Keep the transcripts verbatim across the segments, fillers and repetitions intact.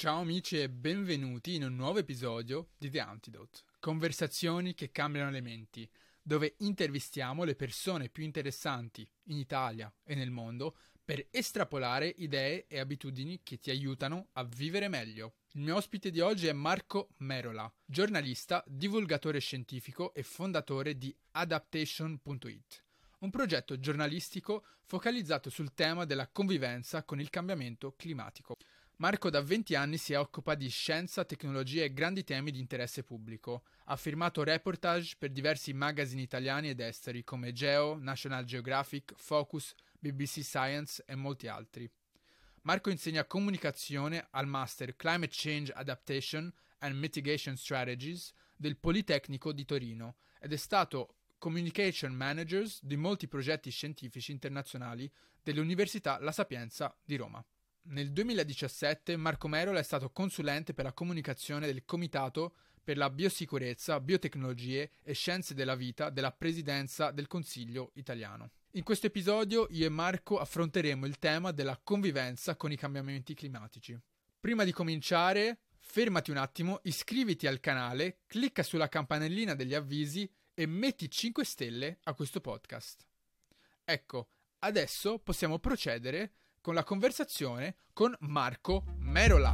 Ciao amici e benvenuti in un nuovo episodio di The Antidote, conversazioni che cambiano le menti, dove intervistiamo le persone più interessanti in Italia e nel mondo per estrapolare idee e abitudini che ti aiutano a vivere meglio. Il mio ospite di oggi è Marco Merola, giornalista, divulgatore scientifico e fondatore di Adaptation punto it, un progetto giornalistico focalizzato sul tema della convivenza con il cambiamento climatico. Marco da venti anni si occupa di scienza, tecnologia e grandi temi di interesse pubblico. Ha firmato reportage per diversi magazine italiani ed esteri come Geo, National Geographic, Focus, B B C Science e molti altri. Marco insegna comunicazione al Master Climate Change Adaptation and Mitigation Strategies del Politecnico di Torino ed è stato Communication Managers di molti progetti scientifici internazionali dell'Università La Sapienza di Roma. Nel duemiladiciassette Marco Merola è stato consulente per la comunicazione del Comitato per la Biosicurezza, Biotecnologie e Scienze della Vita della Presidenza del Consiglio italiano. In questo episodio io e Marco affronteremo il tema della convivenza con i cambiamenti climatici. Prima di cominciare, fermati un attimo, iscriviti al canale, clicca sulla campanellina degli avvisi e metti cinque stelle a questo podcast. Ecco, adesso possiamo procedere con la conversazione con Marco Merola.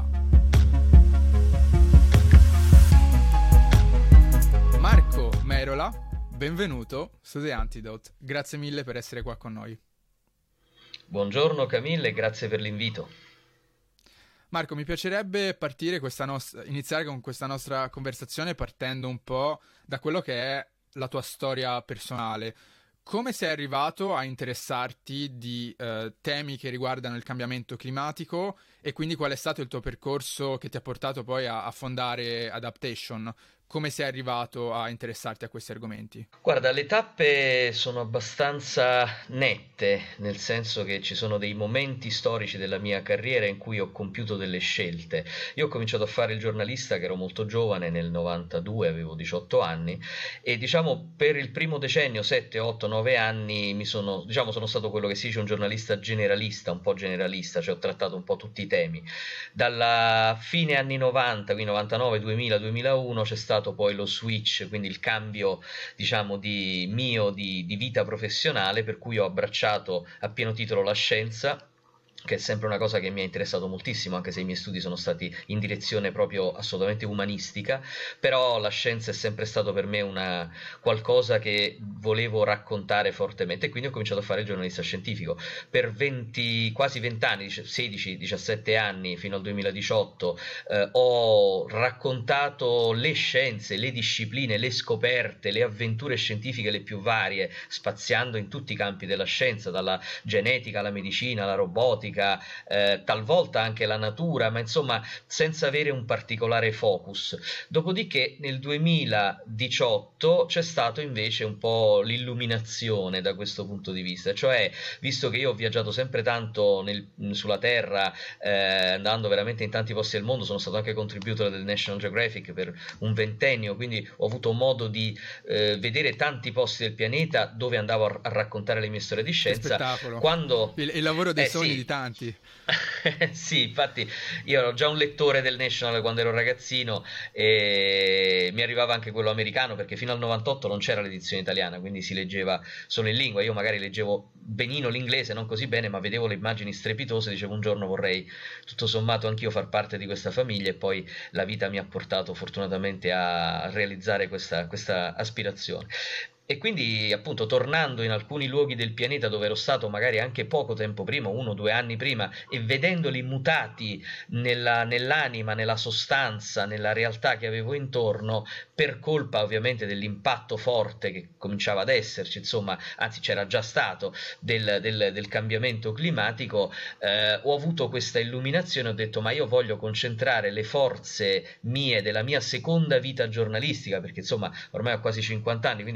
Marco Merola, benvenuto su The Antidote. Grazie mille per essere qua con noi. Buongiorno Camille, grazie per l'invito. Marco, mi piacerebbe partire questa nostra, iniziare con questa nostra conversazione partendo un po' da quello che è la tua storia personale. Come sei arrivato a interessarti di eh, temi che riguardano il cambiamento climatico e quindi qual è stato il tuo percorso che ti ha portato poi a, a fondare Adaptation? Come sei arrivato a interessarti a questi argomenti? Guarda, le tappe sono abbastanza nette, nel senso che ci sono dei momenti storici della mia carriera in cui ho compiuto delle scelte. Io ho cominciato a fare il giornalista che ero molto giovane, nel novantadue, avevo diciotto anni, e diciamo per il primo decennio, sette, otto, nove anni, mi sono, diciamo, sono stato quello che si dice un giornalista generalista, un po' generalista, cioè ho trattato un po' tutti i temi. Dalla fine anni novanta, quindi novantanove, duemila, duemilauno, c'è stato poi lo switch, quindi il cambio diciamo di mio di, di vita professionale, per cui ho abbracciato a pieno titolo la scienza, che è sempre una cosa che mi ha interessato moltissimo, anche se i miei studi sono stati in direzione proprio assolutamente umanistica, però la scienza è sempre stato per me una qualcosa che volevo raccontare fortemente, e quindi ho cominciato a fare il giornalista scientifico. Per venti, quasi venti anni, sedici diciassette anni, fino al duemiladiciotto, eh, ho raccontato le scienze, le discipline, le scoperte, le avventure scientifiche le più varie, spaziando in tutti i campi della scienza, dalla genetica alla medicina, alla robotica, Eh, talvolta anche la natura, ma insomma senza avere un particolare focus. Dopodiché nel duemiladiciotto c'è stato invece un po' l'illuminazione da questo punto di vista, cioè visto che io ho viaggiato sempre tanto nel, sulla Terra, eh, andando veramente in tanti posti del mondo, sono stato anche contributor del National Geographic per un ventennio, quindi ho avuto modo di eh, vedere tanti posti del pianeta dove andavo a, a raccontare le mie storie di scienza. Che spettacolo! Quando... il, il lavoro dei eh, sogni sì. di tanti. Sì, infatti io ero già un lettore del National quando ero ragazzino e mi arrivava anche quello americano, perché fino al novantotto non c'era l'edizione italiana, quindi si leggeva solo in lingua. Io magari leggevo benino l'inglese, non così bene, ma vedevo le immagini strepitose, dicevo un giorno vorrei tutto sommato anch'io far parte di questa famiglia, e poi la vita mi ha portato fortunatamente a realizzare questa, questa aspirazione. E quindi appunto tornando in alcuni luoghi del pianeta dove ero stato magari anche poco tempo prima, uno o due anni prima, e vedendoli mutati nella, nell'anima, nella sostanza, nella realtà che avevo intorno, per colpa ovviamente dell'impatto forte che cominciava ad esserci, insomma, anzi c'era già stato, del, del, del cambiamento climatico, eh, ho avuto questa illuminazione, ho detto ma io voglio concentrare le forze mie, della mia seconda vita giornalistica, perché insomma ormai ho quasi cinquanta anni, quindi possiamo parlare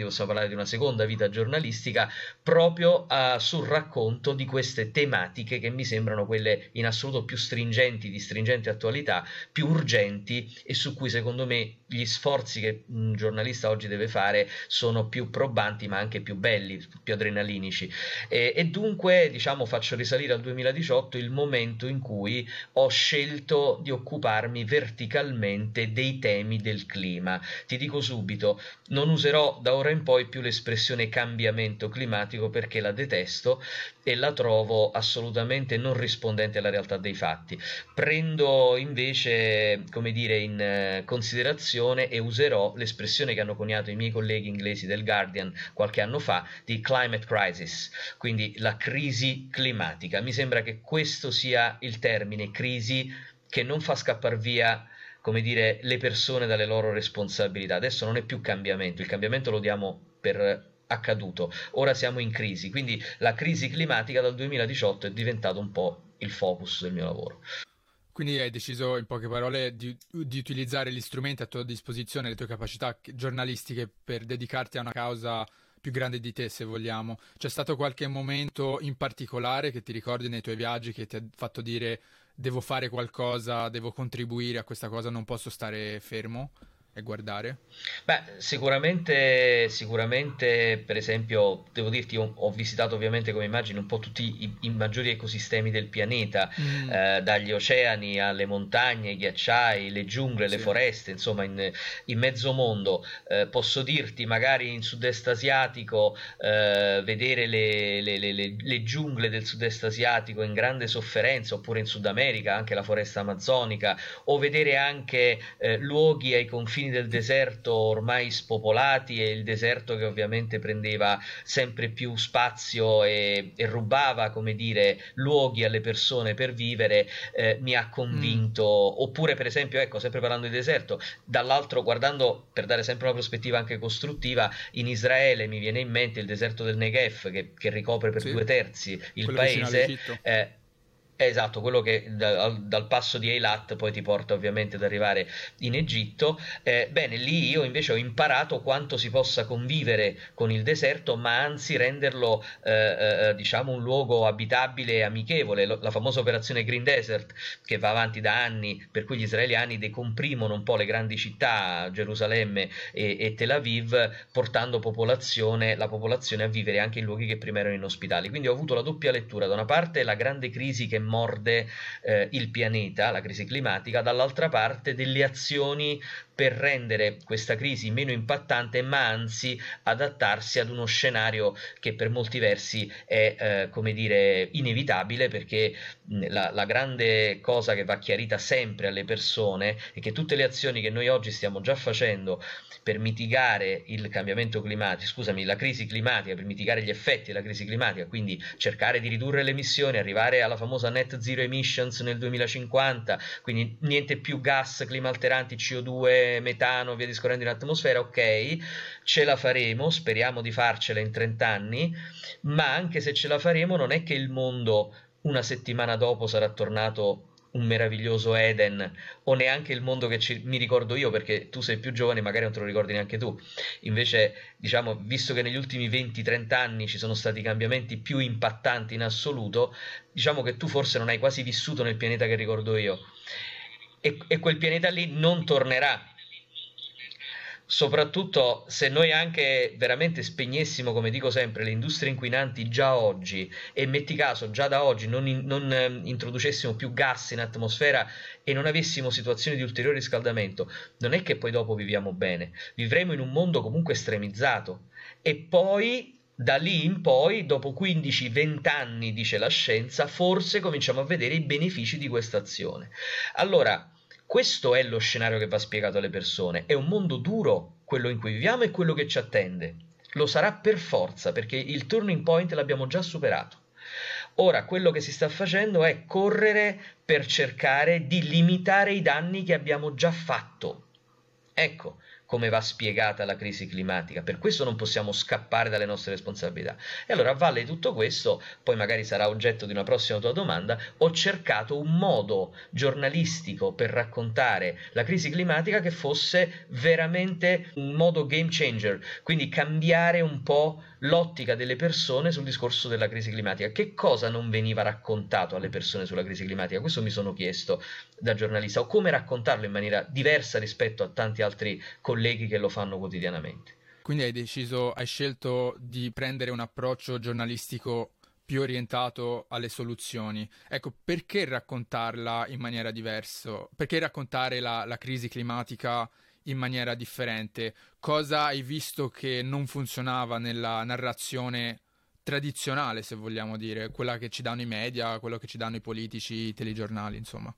parlare di una seconda vita giornalistica proprio uh, sul racconto di queste tematiche che mi sembrano quelle in assoluto più stringenti, di stringente attualità, più urgenti e su cui secondo me gli sforzi che un giornalista oggi deve fare sono più probanti ma anche più belli, più adrenalinici e, e dunque diciamo faccio risalire al duemiladiciotto il momento in cui ho scelto di occuparmi verticalmente dei temi del clima. Ti dico subito, non userò da ora in poi più l'espressione cambiamento climatico perché la detesto e la trovo assolutamente non rispondente alla realtà dei fatti. Prendo invece, come dire, in considerazione e userò l'espressione che hanno coniato i miei colleghi inglesi del Guardian qualche anno fa di climate crisis, quindi la crisi climatica. Mi sembra che questo sia il termine, crisi, che non fa scappare via, come dire, le persone dalle loro responsabilità. Adesso non è più cambiamento, il cambiamento lo diamo per accaduto, ora siamo in crisi, quindi la crisi climatica dal duemiladiciotto è diventato un po' il focus del mio lavoro. Quindi hai deciso, in poche parole, di, di utilizzare gli strumenti a tua disposizione, le tue capacità giornalistiche per dedicarti a una causa più grande di te, se vogliamo. C'è stato qualche momento in particolare che ti ricordi nei tuoi viaggi che ti ha fatto dire devo fare qualcosa, devo contribuire a questa cosa, non posso stare fermo e guardare? Beh, sicuramente, sicuramente, per esempio, devo dirti, ho, ho visitato ovviamente come immagini un po' tutti i, i maggiori ecosistemi del pianeta, Mm, eh, dagli oceani alle montagne, ai ghiacciai, le giungle, le sì, foreste, insomma, in, in mezzo mondo. Eh, posso dirti, magari in sud-est asiatico, eh, vedere le, le- le- le- le giungle del sud-est asiatico in grande sofferenza, oppure in Sud America, anche la foresta amazzonica, o vedere anche eh, luoghi ai confini del deserto ormai spopolati e il deserto che ovviamente prendeva sempre più spazio e, e rubava, come dire, luoghi alle persone per vivere, eh, mi ha mm, convinto. Oppure, per esempio, ecco, sempre parlando di deserto, dall'altro, guardando per dare sempre una prospettiva anche costruttiva, in Israele mi viene in mente il deserto del Negev che, che ricopre per sì, due terzi il quello vicino paese. all'Egitto. eh, Esatto, quello che da- al- dal passo di Eilat poi ti porta ovviamente ad arrivare in Egitto. Eh, bene, lì io invece ho imparato quanto si possa convivere con il deserto, ma anzi renderlo, eh, eh, diciamo, un luogo abitabile e amichevole. Lo- La famosa operazione Green Desert, che va avanti da anni, per cui gli israeliani decomprimono un po' le grandi città, Gerusalemme e, e Tel Aviv, portando popolazione, la popolazione a vivere anche in luoghi che prima erano inospitali. Quindi ho avuto la doppia lettura: da una parte la grande crisi che morde eh, il pianeta, la crisi climatica, dall'altra parte delle azioni per rendere questa crisi meno impattante, ma anzi adattarsi ad uno scenario che per molti versi è, eh, come dire, inevitabile, perché mh, la, la grande cosa che va chiarita sempre alle persone è che tutte le azioni che noi oggi stiamo già facendo per mitigare il cambiamento climatico, scusami, la crisi climatica, per mitigare gli effetti della crisi climatica, quindi cercare di ridurre le emissioni, arrivare alla famosa net zero emissions nel duemilacinquanta, quindi niente più gas climalteranti, C O due, metano, via discorrendo in atmosfera, ok, ce la faremo, speriamo di farcela in trenta anni, ma anche se ce la faremo non è che il mondo una settimana dopo sarà tornato un meraviglioso Eden, o neanche il mondo che ci, mi ricordo io, perché tu sei più giovane, magari non te lo ricordi neanche tu. Invece, diciamo, visto che negli ultimi venti trenta anni ci sono stati cambiamenti più impattanti in assoluto, diciamo che tu forse non hai quasi vissuto nel pianeta che ricordo io. E, e quel pianeta lì non tornerà. Soprattutto se noi anche veramente spegnessimo, come dico sempre, le industrie inquinanti già oggi, e metti caso già da oggi non, in- non, eh, introducessimo più gas in atmosfera e non avessimo situazioni di ulteriore riscaldamento, non è che poi dopo viviamo bene, vivremo in un mondo comunque estremizzato. E poi da lì in poi, dopo quindici venti anni, dice la scienza, forse cominciamo a vedere i benefici di questa azione. Allora, questo è lo scenario che va spiegato alle persone. È un mondo duro quello in cui viviamo e quello che ci attende. Lo sarà per forza, perché il turning point l'abbiamo già superato. Ora quello che si sta facendo è correre per cercare di limitare i danni che abbiamo già fatto. Ecco, come va spiegata la crisi climatica, per questo non possiamo scappare dalle nostre responsabilità. E allora a valle di tutto questo, poi magari sarà oggetto di una prossima tua domanda, ho cercato un modo giornalistico per raccontare la crisi climatica che fosse veramente un modo game changer, quindi cambiare un po' l'ottica delle persone sul discorso della crisi climatica. Che cosa non veniva raccontato alle persone sulla crisi climatica? Questo mi sono chiesto da giornalista, o come raccontarlo in maniera diversa rispetto a tanti altri colleghi che lo fanno quotidianamente. Quindi hai deciso, hai scelto di prendere un approccio giornalistico più orientato alle soluzioni. Ecco, perché raccontarla in maniera diversa? Perché raccontare la, la crisi climatica in maniera differente? Cosa hai visto che non funzionava nella narrazione tradizionale, se vogliamo dire, quella che ci danno i media, quello che ci danno i politici, i telegiornali, insomma?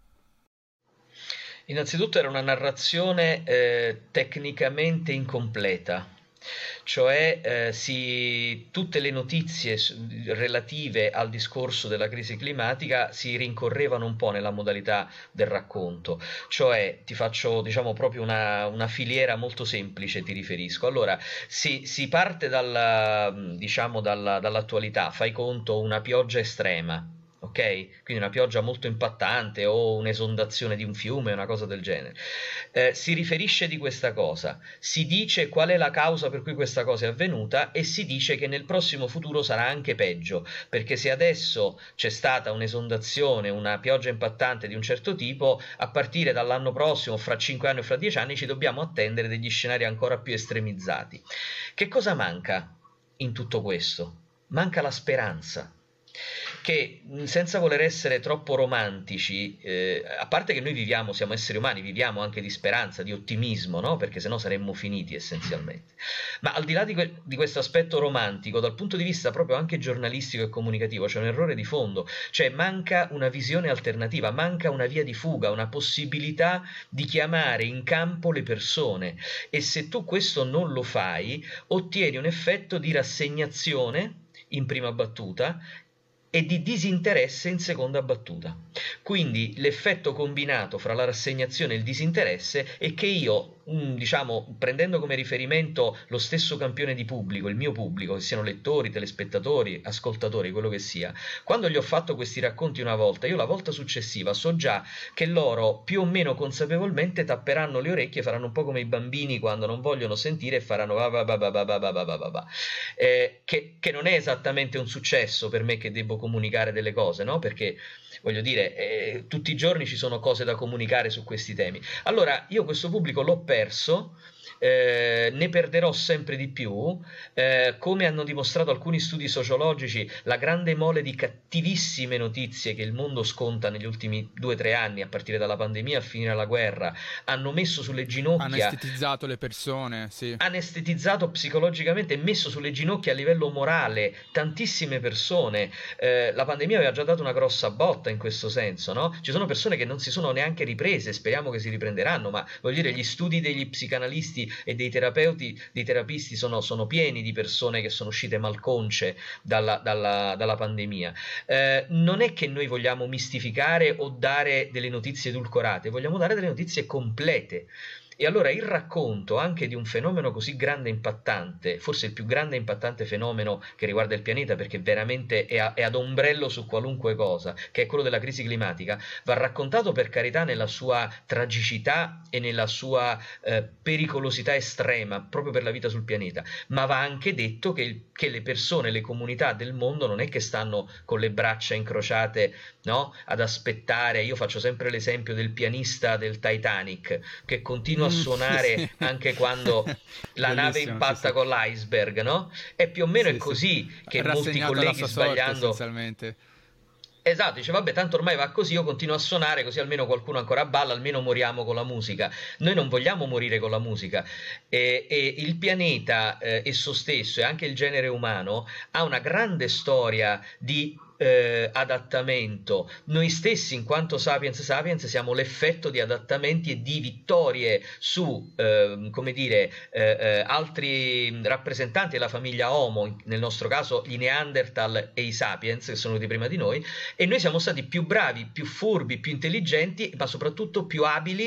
Innanzitutto era una narrazione eh, tecnicamente incompleta, cioè eh, si, tutte le notizie relative al discorso della crisi climatica si rincorrevano un po' nella modalità del racconto, cioè ti faccio diciamo proprio una, una filiera molto semplice, ti riferisco. Allora si, si parte dalla, diciamo dalla, dall'attualità, fai conto una pioggia estrema. Ok? Quindi una pioggia molto impattante o un'esondazione di un fiume, una cosa del genere. Eh, si riferisce di questa cosa, si dice qual è la causa per cui questa cosa è avvenuta e si dice che nel prossimo futuro sarà anche peggio, perché se adesso c'è stata un'esondazione, una pioggia impattante di un certo tipo, a partire dall'anno prossimo, fra cinque anni o fra dieci anni, ci dobbiamo attendere degli scenari ancora più estremizzati. Che cosa manca in tutto questo? Manca la speranza. Che senza voler essere troppo romantici, eh, a parte che noi viviamo, siamo esseri umani, viviamo anche di speranza, di ottimismo, no? Perché sennò saremmo finiti essenzialmente. Ma al di là di, que- di questo aspetto romantico, dal punto di vista proprio anche giornalistico e comunicativo, c'è un errore di fondo, cioè manca una visione alternativa, manca una via di fuga, una possibilità di chiamare in campo le persone. E se tu questo non lo fai, ottieni un effetto di rassegnazione in prima battuta e di disinteresse in seconda battuta. Quindi l'effetto combinato fra la rassegnazione e il disinteresse è che io, diciamo, prendendo come riferimento lo stesso campione di pubblico, il mio pubblico, che siano lettori, telespettatori, ascoltatori, quello che sia, quando gli ho fatto questi racconti una volta, io la volta successiva so già che loro più o meno consapevolmente tapperanno le orecchie, faranno un po' come i bambini quando non vogliono sentire e faranno va va va va va va va va va va, eh, che, che non è esattamente un successo per me che devo comunicare delle cose, no? Perché voglio dire, eh, tutti i giorni ci sono cose da comunicare su questi temi. Allora io questo pubblico l'ho perso, eh, ne perderò sempre di più, eh, come hanno dimostrato alcuni studi sociologici, la grande mole di cattivissime notizie che il mondo sconta negli ultimi due o tre anni, a partire dalla pandemia a finire la guerra, hanno messo sulle ginocchia, anestetizzato le persone, sì. anestetizzato psicologicamente e messo sulle ginocchia a livello morale tantissime persone. Eh, la pandemia aveva già dato una grossa botta in questo senso, no? Ci sono persone che non si sono neanche riprese, speriamo che si riprenderanno, ma voglio dire, gli studi degli psicanalisti e dei terapeuti, dei terapisti sono, sono pieni di persone che sono uscite malconce dalla, dalla, dalla pandemia. Eh, non è che noi vogliamo mistificare o dare delle notizie edulcorate, vogliamo dare delle notizie complete. E allora il racconto anche di un fenomeno così grande e impattante, forse il più grande e impattante fenomeno che riguarda il pianeta, perché veramente è, a, è ad ombrello su qualunque cosa, che è quello della crisi climatica, va raccontato per carità nella sua tragicità e nella sua eh, pericolosità estrema, proprio per la vita sul pianeta, ma va anche detto che, il, che le persone, le comunità del mondo non è che stanno con le braccia incrociate, no? Ad aspettare. Io faccio sempre l'esempio del pianista del Titanic che continua a suonare sì, sì. anche quando la nave impatta sì, sì. con l'iceberg, no? E più o meno Sì, è così sì. che molti Rassegnato alla colleghi sua sorte, sbagliando essenzialmente. esatto, dice vabbè tanto ormai va così, io continuo a suonare così almeno qualcuno ancora balla, almeno moriamo con la musica. Noi non vogliamo morire con la musica, e, e il pianeta eh, esso stesso e anche il genere umano ha una grande storia di eh, adattamento. Noi stessi in quanto sapiens sapiens siamo l'effetto di adattamenti e di vittorie su eh, come dire eh, eh, altri rappresentanti della famiglia Homo, nel nostro caso i Neanderthal e i sapiens che sono venuti prima di noi, e noi siamo stati più bravi, più furbi, più intelligenti, ma soprattutto più abili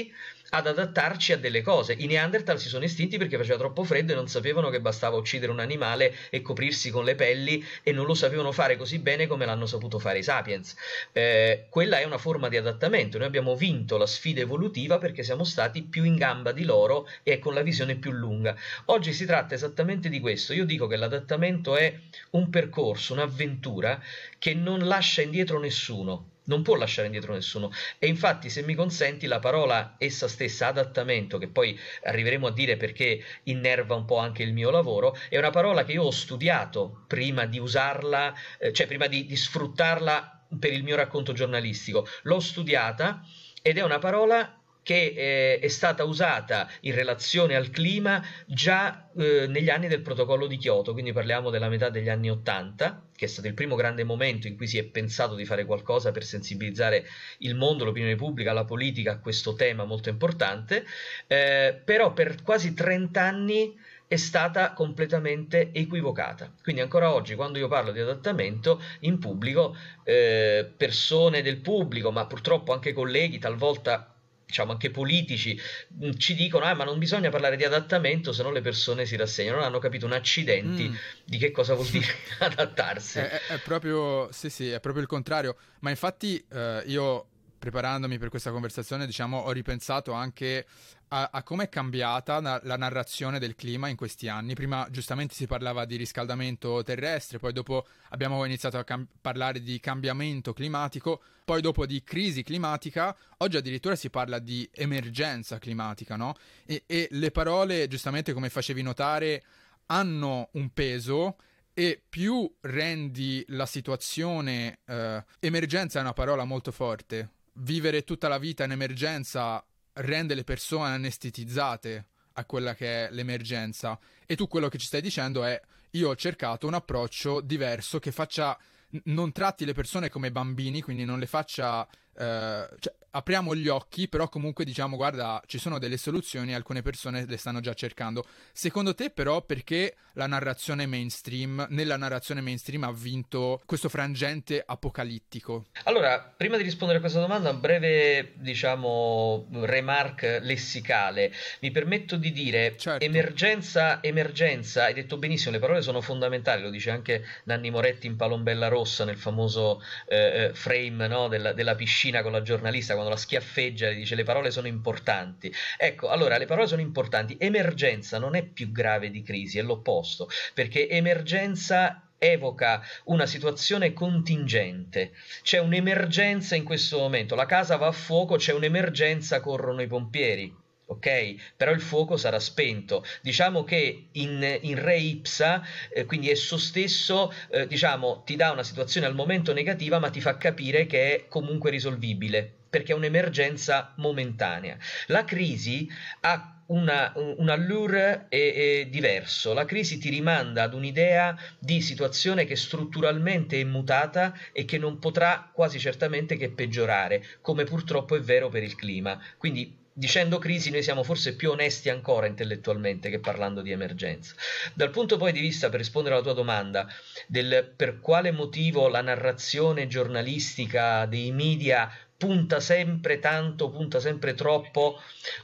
ad adattarci a delle cose. I Neanderthal si sono estinti perché faceva troppo freddo e non sapevano che bastava uccidere un animale e coprirsi con le pelli, e non lo sapevano fare così bene come l'hanno saputo fare i Sapiens. Eh, quella è una forma di adattamento. Noi abbiamo vinto la sfida evolutiva perché siamo stati più in gamba di loro e con la visione più lunga. Oggi si tratta esattamente di questo. Io dico che l'adattamento è un percorso, un'avventura che non lascia indietro nessuno. Non può lasciare indietro nessuno, e infatti, se mi consenti, la parola essa stessa, adattamento, che poi arriveremo a dire perché innerva un po' anche il mio lavoro, è una parola che io ho studiato prima di usarla, eh, cioè prima di, di sfruttarla per il mio racconto giornalistico. L'ho studiata ed è una parola che eh, è stata usata in relazione al clima già eh, negli anni del protocollo di Kyoto, quindi parliamo della metà degli anni ottanta, che è stato il primo grande momento in cui si è pensato di fare qualcosa per sensibilizzare il mondo, l'opinione pubblica, la politica a questo tema molto importante, eh, però per quasi trenta anni è stata completamente equivocata. Quindi ancora oggi, quando io parlo di adattamento in pubblico, eh, persone del pubblico, ma purtroppo anche colleghi, talvolta diciamo anche politici, ci dicono ah, ma non bisogna parlare di adattamento, se no le persone si rassegnano. Non hanno capito un accidenti Mm. di che cosa vuol dire adattarsi. È, è- è proprio, sì, sì, è proprio il contrario. Ma infatti eh, io, preparandomi per questa conversazione, diciamo, ho ripensato anche a, a come è cambiata na- la narrazione del clima in questi anni. Prima giustamente si parlava di riscaldamento terrestre, poi dopo abbiamo iniziato a cam- parlare di cambiamento climatico, poi dopo di crisi climatica, oggi addirittura si parla di emergenza climatica, no? E, e le parole, giustamente come facevi notare, hanno un peso, e più rendi la situazione eh, emergenza è una parola molto forte. Vivere tutta la vita in emergenza rende le persone anestetizzate a quella che è l'emergenza, e tu quello che ci stai dicendo è: io ho cercato un approccio diverso che faccia n- non tratti le persone come bambini, quindi non le faccia eh, cioè, apriamo gli occhi, però comunque diciamo guarda, ci sono delle soluzioni, alcune persone le stanno già cercando. Secondo te però perché la narrazione mainstream, nella narrazione mainstream ha vinto questo frangente apocalittico? Allora, prima di rispondere a questa domanda, un breve, diciamo, remark lessicale. Mi permetto di dire Certo. emergenza, emergenza, hai detto benissimo, le parole sono fondamentali, lo dice anche Nanni Moretti in Palombella Rossa, nel famoso eh, frame, no, della, della piscina con la giornalista, quando la schiaffeggia e dice le parole sono importanti. Ecco, allora, le parole sono importanti. Emergenza non è più grave di crisi, è l'opposto, perché emergenza evoca una situazione contingente. C'è un'emergenza in questo momento, la casa va a fuoco, c'è un'emergenza, corrono i pompieri. Ok, però il fuoco sarà spento. Diciamo che in, in re ipsa, eh, quindi esso stesso, eh, diciamo, ti dà una situazione al momento negativa, ma ti fa capire che è comunque risolvibile, perché è un'emergenza momentanea. La crisi ha una, un allure è, è diverso. La crisi ti rimanda ad un'idea di situazione che strutturalmente è mutata e che non potrà quasi certamente che peggiorare, come purtroppo è vero per il clima. Quindi, dicendo crisi, noi siamo forse più onesti ancora intellettualmente che parlando di emergenza. Dal punto poi di vista, per rispondere alla tua domanda, del per quale motivo la narrazione giornalistica dei media punta sempre tanto, punta sempre troppo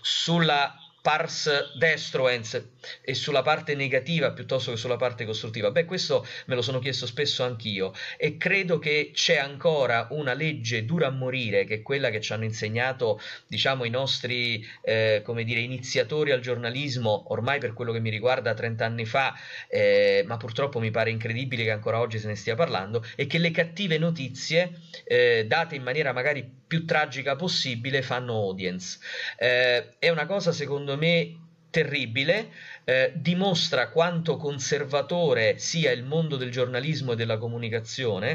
sulla pars destruens e sulla parte negativa piuttosto che sulla parte costruttiva. Beh, questo me lo sono chiesto spesso anch'io, e credo che c'è ancora una legge dura a morire, che è quella che ci hanno insegnato, diciamo, i nostri eh, come dire, iniziatori al giornalismo, ormai per quello che mi riguarda trenta anni fa, eh, ma purtroppo mi pare incredibile che ancora oggi se ne stia parlando, e che le cattive notizie eh, date in maniera magari più tragica possibile fanno audience. Eh, è una cosa secondo me terribile, eh, dimostra quanto conservatore sia il mondo del giornalismo e della comunicazione,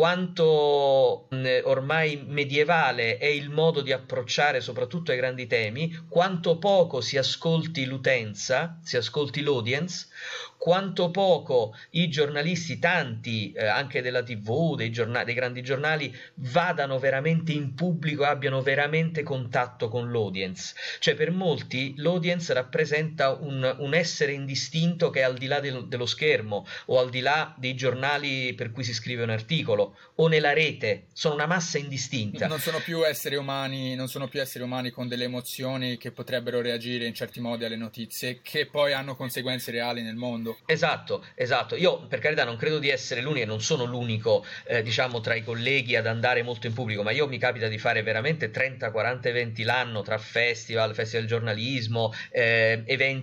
quanto mh, ormai medievale è il modo di approcciare soprattutto ai grandi temi, quanto poco si ascolti l'utenza, si ascolti l'audience, quanto poco i giornalisti, tanti eh, anche della tivù, dei, giornali, dei grandi giornali, vadano veramente in pubblico e abbiano veramente contatto con l'audience. Cioè, per molti l'audience rappresenta rappresenta un, un essere indistinto che è al di là del, dello schermo o al di là dei giornali per cui si scrive un articolo o nella rete, sono una massa indistinta. Non sono più esseri umani, non sono più esseri umani con delle emozioni che potrebbero reagire in certi modi alle notizie, che poi hanno conseguenze reali nel mondo. Esatto, esatto. Io per carità non credo di essere l'unico, e non sono l'unico, eh, diciamo, tra i colleghi ad andare molto in pubblico, ma io mi capita di fare veramente trenta quaranta eventi l'anno tra festival, festival del giornalismo, eh,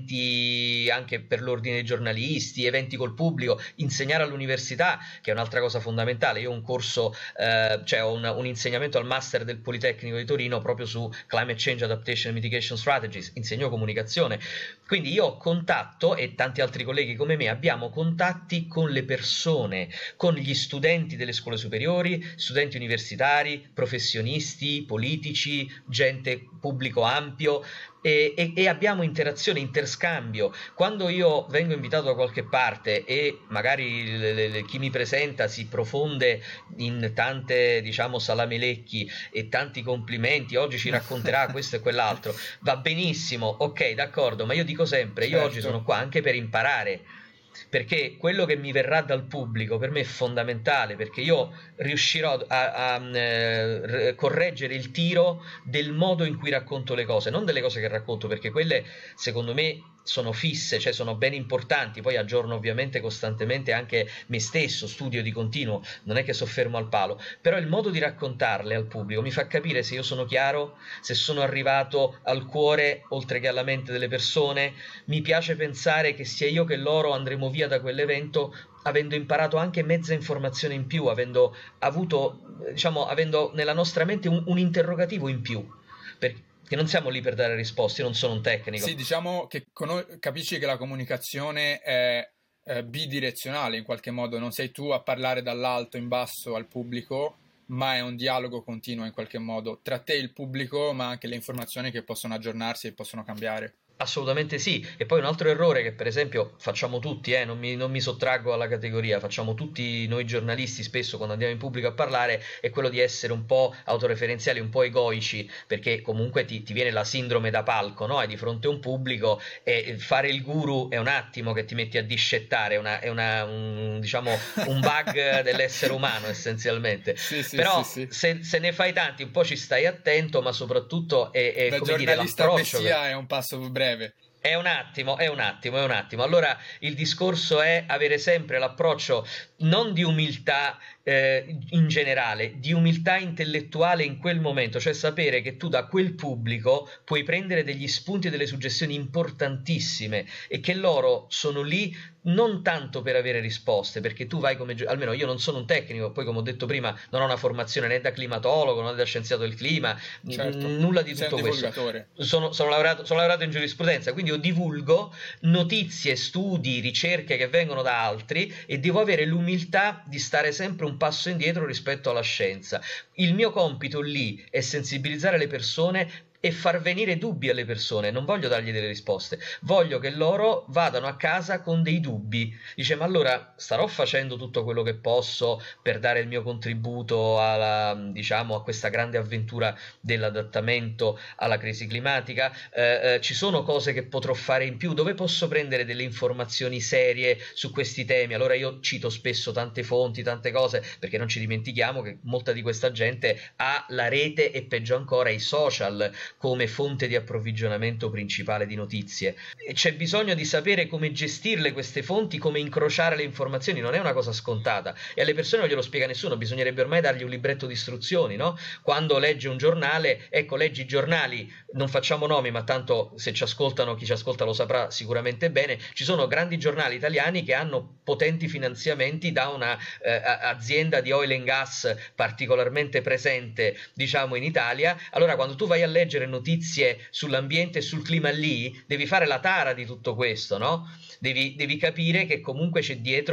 eventi anche per l'ordine dei giornalisti, eventi col pubblico, insegnare all'università, che è un'altra cosa fondamentale. Io ho un corso, eh, cioè ho un, un insegnamento al master del Politecnico di Torino proprio su Climate Change Adaptation and Mitigation Strategies, insegno comunicazione. Quindi io ho contatto, e tanti altri colleghi come me abbiamo contatti con le persone, con gli studenti delle scuole superiori, studenti universitari, professionisti, politici, gente, pubblico ampio, e, e, e abbiamo interazione, interscambio. Quando io vengo invitato da qualche parte e magari le, le, le, chi mi presenta si profonde in tante, diciamo, salamelecchi e tanti complimenti, oggi ci racconterà questo e quell'altro, va benissimo, ok, d'accordo, ma io dico sempre, io Certo. oggi sono qua anche per imparare, perché quello che mi verrà dal pubblico per me è fondamentale, perché io riuscirò a, a, a eh, correggere il tiro del modo in cui racconto le cose, non delle cose che racconto, perché quelle secondo me sono fisse, cioè sono ben importanti, poi aggiorno ovviamente costantemente anche me stesso, studio di continuo, non è che soffermo al palo, però il modo di raccontarle al pubblico mi fa capire se io sono chiaro, se sono arrivato al cuore oltre che alla mente delle persone. Mi piace pensare che sia io che loro andremo via da quell'evento avendo imparato anche mezza informazione in più, avendo avuto, diciamo, avendo nella nostra mente un, un interrogativo in più, perché che non siamo lì per dare risposte, io non sono un tecnico. Sì, diciamo che con- capisci che la comunicazione è eh, bidirezionale in qualche modo, non sei tu a parlare dall'alto in basso al pubblico, ma è un dialogo continuo in qualche modo tra te e il pubblico, ma anche le informazioni che possono aggiornarsi e possono cambiare. Assolutamente sì, e poi un altro errore che per esempio facciamo tutti, eh, non mi, non mi sottraggo alla categoria, facciamo tutti noi giornalisti spesso quando andiamo in pubblico a parlare, è quello di essere un po' autoreferenziali, un po' egoici, perché comunque ti, ti viene la sindrome da palco, no? Hai di fronte a un pubblico e fare il guru è un attimo che ti metti a discettare, è, una, è una, un, diciamo, un bug dell'essere umano essenzialmente. Sì, sì, Però sì, sì. Se, se ne fai tanti un po' ci stai attento, ma soprattutto è, è Da come dire giornalista l'approccio messia che... è un passo breve. È un attimo, è un attimo, è un attimo. Allora il discorso è avere sempre l'approccio non di umiltà eh, in generale, di umiltà intellettuale in quel momento, cioè sapere che tu da quel pubblico puoi prendere degli spunti e delle suggestioni importantissime e che loro sono lì non tanto per avere risposte, perché tu vai come, almeno io non sono un tecnico, poi come ho detto prima non ho una formazione né da climatologo né da scienziato del clima, Certo. n- nulla di Sei tutto un questo. divulgatore. Sono, sono, laureato, sono laureato in giurisprudenza, quindi io divulgo notizie, studi, ricerche che vengono da altri e devo avere l'umiltà di stare sempre un passo indietro rispetto alla scienza. Il mio compito lì è sensibilizzare le persone e far venire dubbi alle persone, non voglio dargli delle risposte, voglio che loro vadano a casa con dei dubbi. Dice, ma allora starò facendo tutto quello che posso per dare il mio contributo alla, diciamo, a questa grande avventura dell'adattamento alla crisi climatica? Eh, eh, ci sono cose che potrò fare in più? Dove posso prendere delle informazioni serie su questi temi? Allora io cito spesso tante fonti, tante cose, perché non ci dimentichiamo che molta di questa gente ha la rete e peggio ancora i social come fonte di approvvigionamento principale di notizie. E c'è bisogno di sapere come gestirle queste fonti, come incrociare le informazioni, non è una cosa scontata e alle persone non glielo spiega nessuno, bisognerebbe ormai dargli un libretto di istruzioni, no? Quando legge un giornale, ecco, leggi i giornali, non facciamo nomi, ma tanto se ci ascoltano, chi ci ascolta lo saprà sicuramente bene, ci sono grandi giornali italiani che hanno potenti finanziamenti da una eh, azienda di oil and gas particolarmente presente, diciamo, in Italia. Allora quando tu vai a leggere notizie sull'ambiente e sul clima lì, devi fare la tara di tutto questo, no? Devi, devi capire che comunque c'è dietro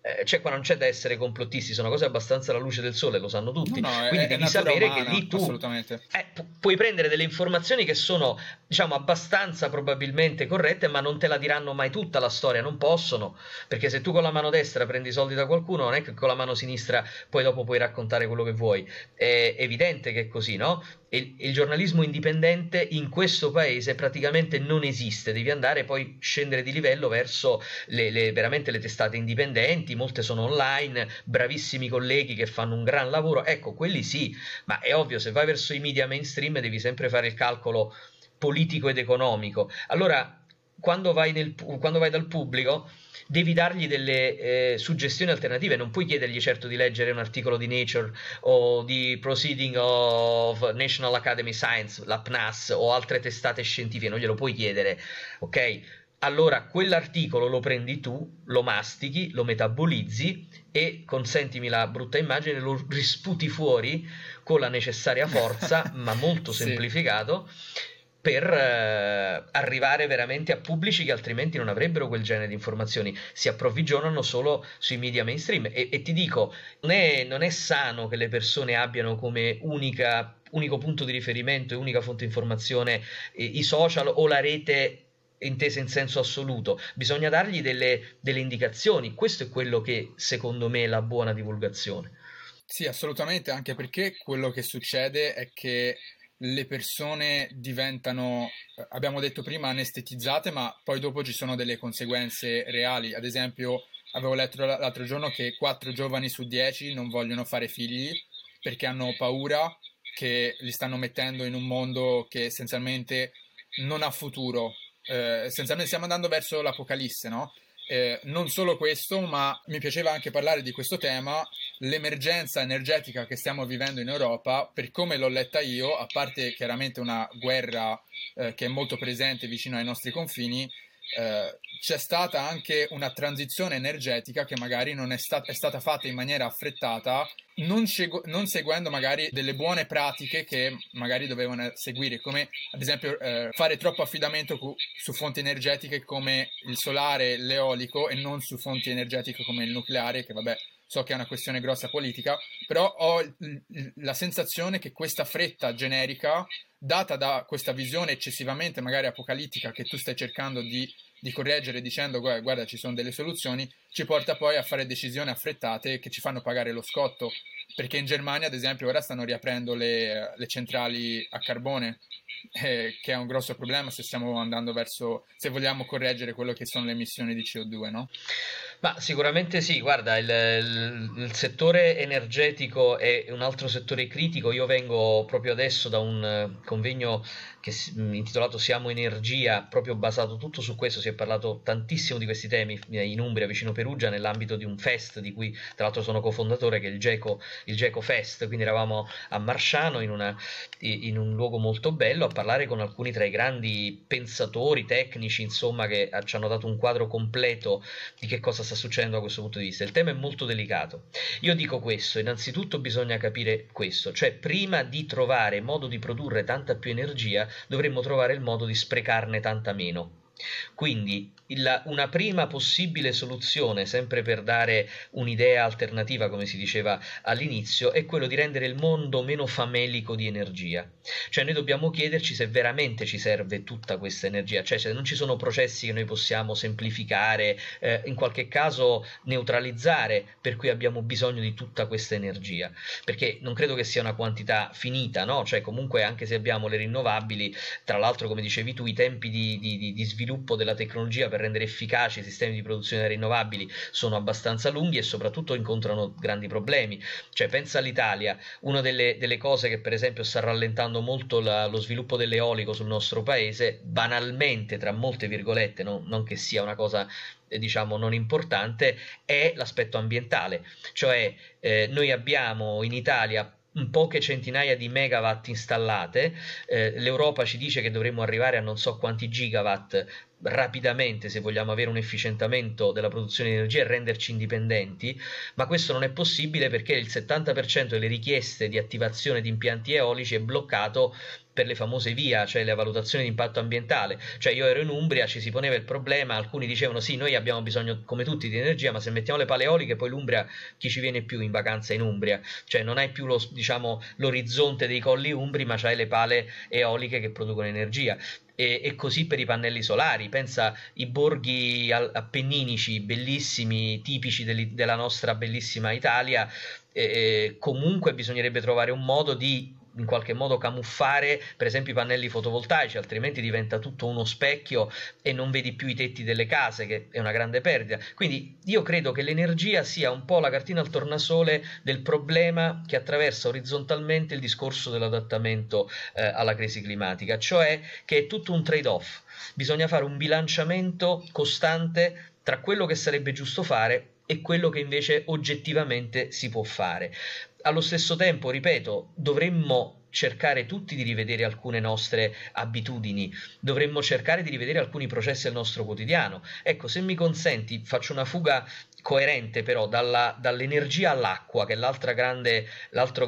eh, cioè qua non c'è da essere complottisti, sono cose abbastanza alla luce del sole, lo sanno No, tutti, no, quindi è, è devi natura sapere che umana, lì tu assolutamente. eh, pu- puoi prendere delle informazioni che sono, diciamo, abbastanza probabilmente corrette, ma non te la diranno mai tutta la storia, non possono, perché se tu con la mano destra prendi i soldi da qualcuno, non è che con la mano sinistra poi dopo puoi raccontare quello che vuoi. È evidente che è così, no? Il, il giornalismo indipendente in questo paese praticamente non esiste, devi andare poi scendere di livello verso le, le, veramente le testate indipendenti, molte sono online, bravissimi colleghi che fanno un gran lavoro, ecco, quelli sì, ma è ovvio, se vai verso i media mainstream devi sempre fare il calcolo politico ed economico. Allora, quando vai, nel, quando vai dal pubblico devi dargli delle eh, suggestioni alternative, non puoi chiedergli certo di leggere un articolo di Nature o di Proceeding of National Academy Science, la P N A S o altre testate scientifiche, non glielo puoi chiedere, ok? Allora quell'articolo lo prendi tu, lo mastichi, lo metabolizzi e, consentimi la brutta immagine, lo risputi fuori con la necessaria forza, ma molto Sì. semplificato, per eh, arrivare veramente a pubblici che altrimenti non avrebbero quel genere di informazioni, si approvvigionano solo sui media mainstream. E, e ti dico, non è, non è sano che le persone abbiano come unica, unico punto di riferimento e unica fonte di informazione eh, i social o la rete intesa in senso assoluto, bisogna dargli delle, delle indicazioni, questo è quello che secondo me è la buona divulgazione. Sì, assolutamente, anche perché quello che succede è che le persone diventano, eh, abbiamo detto prima, anestetizzate, ma poi dopo ci sono delle conseguenze reali. Ad esempio, avevo letto l- l'altro giorno che quattro giovani su dieci non vogliono fare figli perché hanno paura che li stanno mettendo in un mondo che essenzialmente non ha futuro. Eh, essenzialmente stiamo andando verso l'apocalisse, no? Eh, non solo questo, ma mi piaceva anche parlare di questo tema, l'emergenza energetica che stiamo vivendo in Europa, per come l'ho letta io, a parte chiaramente una guerra eh, che è molto presente vicino ai nostri confini, eh, c'è stata anche una transizione energetica che magari non è, sta- è stata fatta in maniera affrettata, non, scegu- non seguendo magari delle buone pratiche che magari dovevano seguire, come ad esempio eh, fare troppo affidamento cu- su fonti energetiche come il solare, l'eolico e non su fonti energetiche come il nucleare, che vabbè, so che è una questione grossa politica, però ho l- l- la sensazione che questa fretta generica, data da questa visione eccessivamente magari apocalittica che tu stai cercando di, di correggere dicendo guarda, guarda ci sono delle soluzioni, ci porta poi a fare decisioni affrettate che ci fanno pagare lo scotto, perché in Germania ad esempio ora stanno riaprendo le, le centrali a carbone, eh, che è un grosso problema se stiamo andando verso, se vogliamo correggere quello che sono le emissioni di C O due, no? Ma sicuramente sì, guarda, il, il- il settore energetico è un altro settore critico. Io vengo proprio adesso da un eh, convegno che si- mh, intitolato Siamo Energia, proprio basato tutto su questo. Si è parlato tantissimo di questi temi eh, in Umbria, vicino Perugia, nell'ambito di un fest di cui tra l'altro sono cofondatore, che è il Geco, il Geco Fest. Quindi eravamo a Marsciano in una- in un luogo molto bello a parlare con alcuni tra i grandi pensatori tecnici, insomma, che eh, ci hanno dato un quadro completo di che cosa sta succedendo da questo punto di vista. Il tema è molto delicato. Io dico questo, innanzitutto bisogna capire questo, cioè prima di trovare modo di produrre tanta più energia, dovremmo trovare il modo di sprecarne tanta meno. Quindi il- una prima possibile soluzione, sempre per dare un'idea alternativa, come si diceva all'inizio, è quello di rendere il mondo meno famelico di energia. Cioè noi dobbiamo chiederci se veramente ci serve tutta questa energia, cioè se non ci sono processi che noi possiamo semplificare, eh, in qualche caso neutralizzare, per cui abbiamo bisogno di tutta questa energia, perché non credo che sia una quantità finita, no? Cioè comunque anche se abbiamo le rinnovabili, tra l'altro come dicevi tu, i tempi di, di, di sviluppo della tecnologia per rendere efficaci i sistemi di produzione delle rinnovabili sono abbastanza lunghi e soprattutto incontrano grandi problemi. Cioè pensa all'Italia, una delle, delle cose che per esempio sta rallentando molto la, lo sviluppo dell'eolico sul nostro paese, banalmente, tra molte virgolette, no? Non che sia una cosa eh, diciamo non importante, è l'aspetto ambientale. Cioè eh, noi abbiamo in Italia poche centinaia di megawatt installate, eh, l'Europa ci dice che dovremmo arrivare a non so quanti gigawatt rapidamente se vogliamo avere un efficientamento della produzione di energia e renderci indipendenti, ma questo non è possibile perché il settanta per cento delle richieste di attivazione di impianti eolici è bloccato per le famose V I A, cioè le valutazioni di impatto ambientale. Cioè io ero in Umbria, ci si poneva il problema, alcuni dicevano sì, noi abbiamo bisogno come tutti di energia, ma se mettiamo le pale eoliche poi l'Umbria, chi ci viene più in vacanza in Umbria? Cioè non hai più lo, diciamo, l'orizzonte dei colli umbri, ma c'hai le pale eoliche che producono energia. E, e così per i pannelli solari. Pensa i borghi appenninici bellissimi, tipici deli, della nostra bellissima Italia, eh, comunque bisognerebbe trovare un modo di in qualche modo camuffare per esempio i pannelli fotovoltaici, altrimenti diventa tutto uno specchio e non vedi più i tetti delle case, che è una grande perdita. Quindi io credo che l'energia sia un po' la cartina al tornasole del problema che attraversa orizzontalmente il discorso dell'adattamento eh, alla crisi climatica, cioè che è tutto un trade-off, bisogna fare un bilanciamento costante tra quello che sarebbe giusto fare e quello che invece oggettivamente si può fare. Allo stesso tempo, ripeto, dovremmo cercare tutti di rivedere alcune nostre abitudini, dovremmo cercare di rivedere alcuni processi del nostro quotidiano. Ecco, se mi consenti, faccio una fuga coerente però dalla, dall'energia all'acqua, che è l'altra grande, l'altro